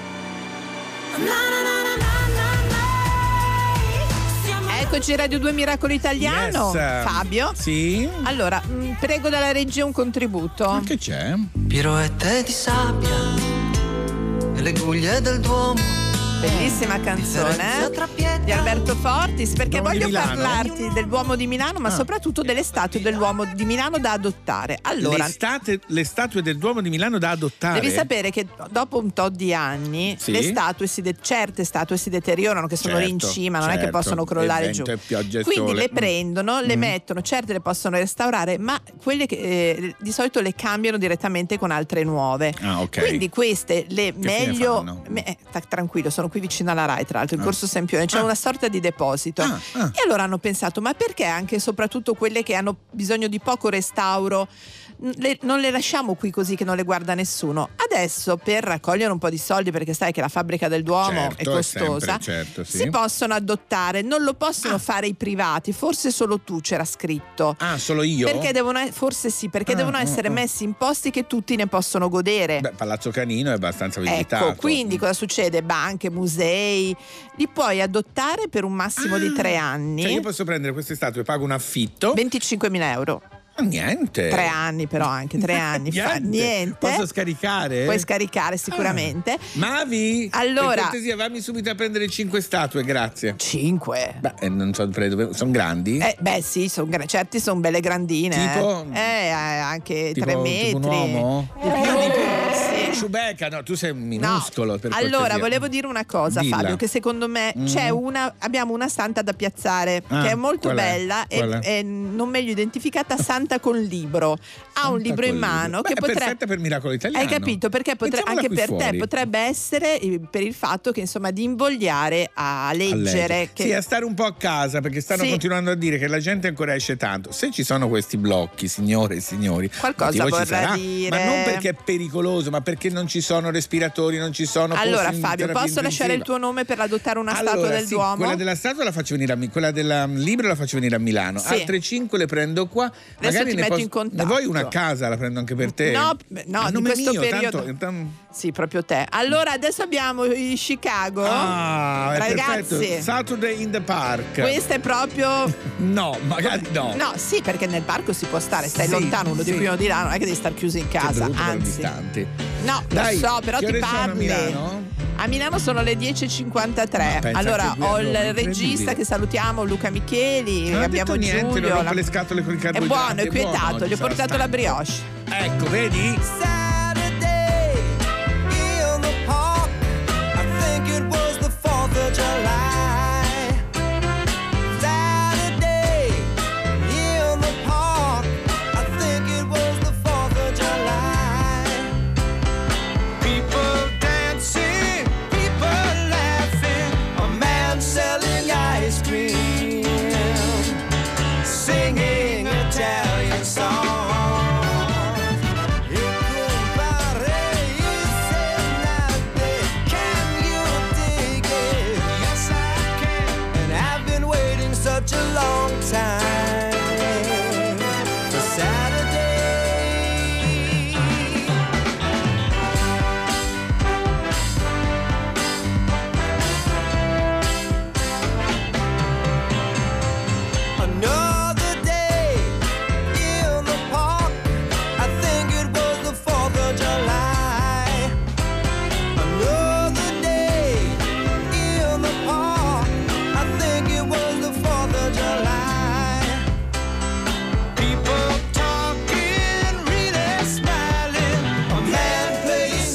Eccoci, Radio 2 Miracolo Italiano. Yes. Fabio? Sì. Allora, prego dalla regia un contributo. Ma che c'è? Piroette di sabbia e le guglie del Duomo. Bellissima canzone di Alberto Fortis, perché voglio parlarti del Duomo di Milano, ma soprattutto delle statue del Duomo di Milano da adottare. Allora, le statue del Duomo di Milano da adottare. Devi sapere che dopo un tot di anni le statue certe statue si deteriorano, che sono lì in cima, non è che possono crollare giù. Quindi le prendono, le mettono, certe le possono restaurare, ma quelle che di solito le cambiano direttamente con altre nuove. Quindi queste meglio tranquillo, sono qui vicino alla Rai, tra l'altro, il Corso Sempione, c'è una sorta di deposito. E allora hanno pensato, ma perché anche e soprattutto quelle che hanno bisogno di poco restauro non le lasciamo qui così che non le guarda nessuno? Adesso, per raccogliere un po' di soldi, perché sai che la fabbrica del Duomo è costosa, si possono adottare, non lo possono fare i privati, forse solo tu, c'era scritto. Solo io? Perché devono devono essere messi in posti che tutti ne possono godere. Palazzo Canino è abbastanza visitato. Ecco, quindi cosa succede? Banche, musei, li puoi adottare per un massimo di 3 anni. Cioè io posso prendere queste statue, pago un affitto 25.000 euro. Niente. 3 anni, però anche 3 anni. Niente. Posso scaricare? Puoi scaricare sicuramente. Mavi, allora, per cortesia, vammi subito a prendere 5 statue, grazie. 5? Non so, sono grandi? Sì, certi sono belle grandine. Tipo? Anche tipo, 3 metri. Tipo un uomo? Di più. Sì. Ciubecca, no, tu sei minuscolo. No. Per allora, cortesia. volevo dire una cosa, Dilla. Fabio, che secondo me abbiamo una santa da piazzare che è molto bella e non meglio identificata, Santa con libro. Ha un libro in mano che è perfetta per Miracolo Italiano. Hai capito? Perché anche per te potrebbe essere per il fatto che insomma di invogliare a leggere. Sì, a stare un po' a casa, perché stanno continuando a dire che la gente ancora esce tanto. Se ci sono questi blocchi, signore e signori, qualcosa vorrà dire. Ma non perché è pericoloso, ma perché non ci sono respiratori, non ci sono. Allora, Fabio, posso lasciare il tuo nome per adottare una statua del Duomo? Quella della statua la faccio venire quella del libro la faccio venire a Milano. Altre 5 le prendo qua. Adesso magari ti metto in contatto. Ne vuoi una a casa, la prendo anche per te? No, di questo periodo. Sì, proprio te. Allora, adesso abbiamo i Chicago. Ragazzi, Saturday in the Park. Questo è proprio. No, magari no. No, sì, perché nel parco si può stare, stai lontano uno di qui o di là, non è che devi star chiuso in casa. Anzi. No, dai, lo so, però ti parli. A Milano sono le 10.53. Allora ho il regista che salutiamo, Luca Micheli, abbiamo Giulio. Non le scatole con i carboidrati. È buono, è quietato, gli ho portato la brioche. Ecco, vedi? Saturday in the park, I think it was the 4th of July. Saturday in the park, I think it was the 4th of July. People dancing, people laughing, a man selling ice cream, singing Italian songs. Such a long time for Saturday. Another day in the park, I think it was the 4th of July. Another day in the park, I think it was the 4th of July. People talking, really smiling, a man playing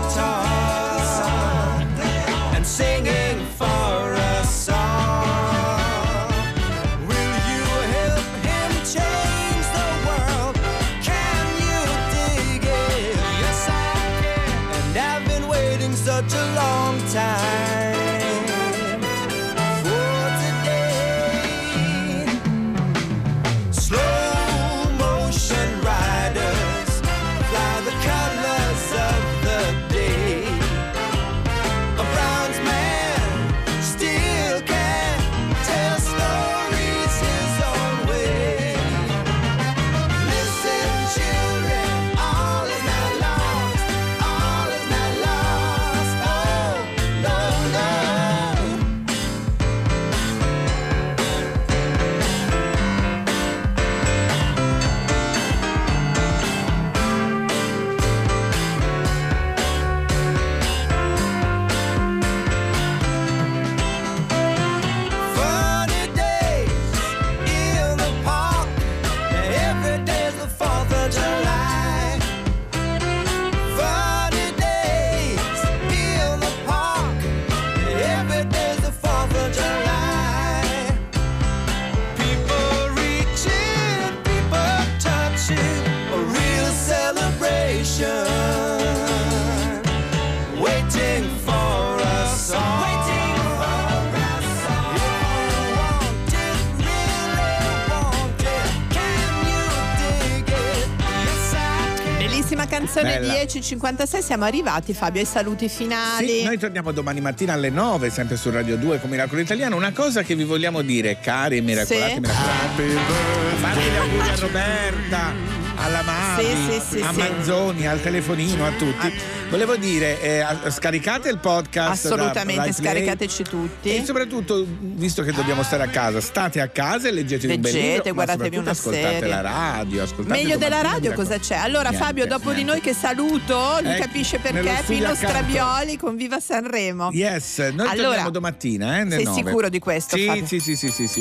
guitar and singing for a song. Will you help him change the world? Can you dig it? Yes, I can. And I've been waiting such a long time. Waiting for a song. Waiting for a song. If you want it, really want it, can you dig it? Yes, I can. Bellissima canzone. Bella. 10.56, siamo arrivati, Fabio, ai saluti finali. Sì, noi torniamo domani mattina alle 9, sempre su Radio 2 con Miracolo Italiano. Una cosa che vi vogliamo dire, cari miracolati, miracolati. Fate gli auguri a Roberta, alla Mavi, a Manzoni, al telefonino, a tutti. Volevo dire, scaricate il podcast. Assolutamente, scaricateci tutti. E soprattutto, visto che dobbiamo stare a casa, state a casa e leggetevi un bel libro. Guardatevi una ascoltate serie. La radio, ascoltate. Meglio della radio cosa c'è? Allora Fabio, dopo di noi che saluto, lui capisce perché, Pino Strabioli con Viva Sanremo. Yes, noi torniamo domattina, alle 9. Sei sicuro di questo? Sì, Fabio? sì.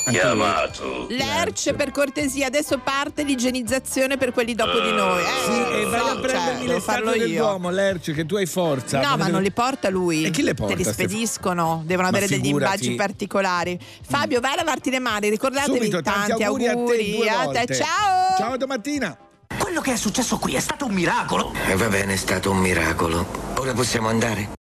chiamato. Lerch, per cortesia, adesso parte l'igienizzazione per quelli dopo di noi. Sì, e vai a prendermi le statue dell'uomo, Lerch, che tu hai forza. No, ma non li porta lui. E chi le porta? Te li spediscono, devono avere degli imbaggi particolari. Fabio, vai a lavarti le mani, ricordatevi. Subito, tanti auguri a te. Ciao. Ciao, domattina. Quello che è successo qui è stato un miracolo. Va bene, è stato un miracolo. Ora possiamo andare?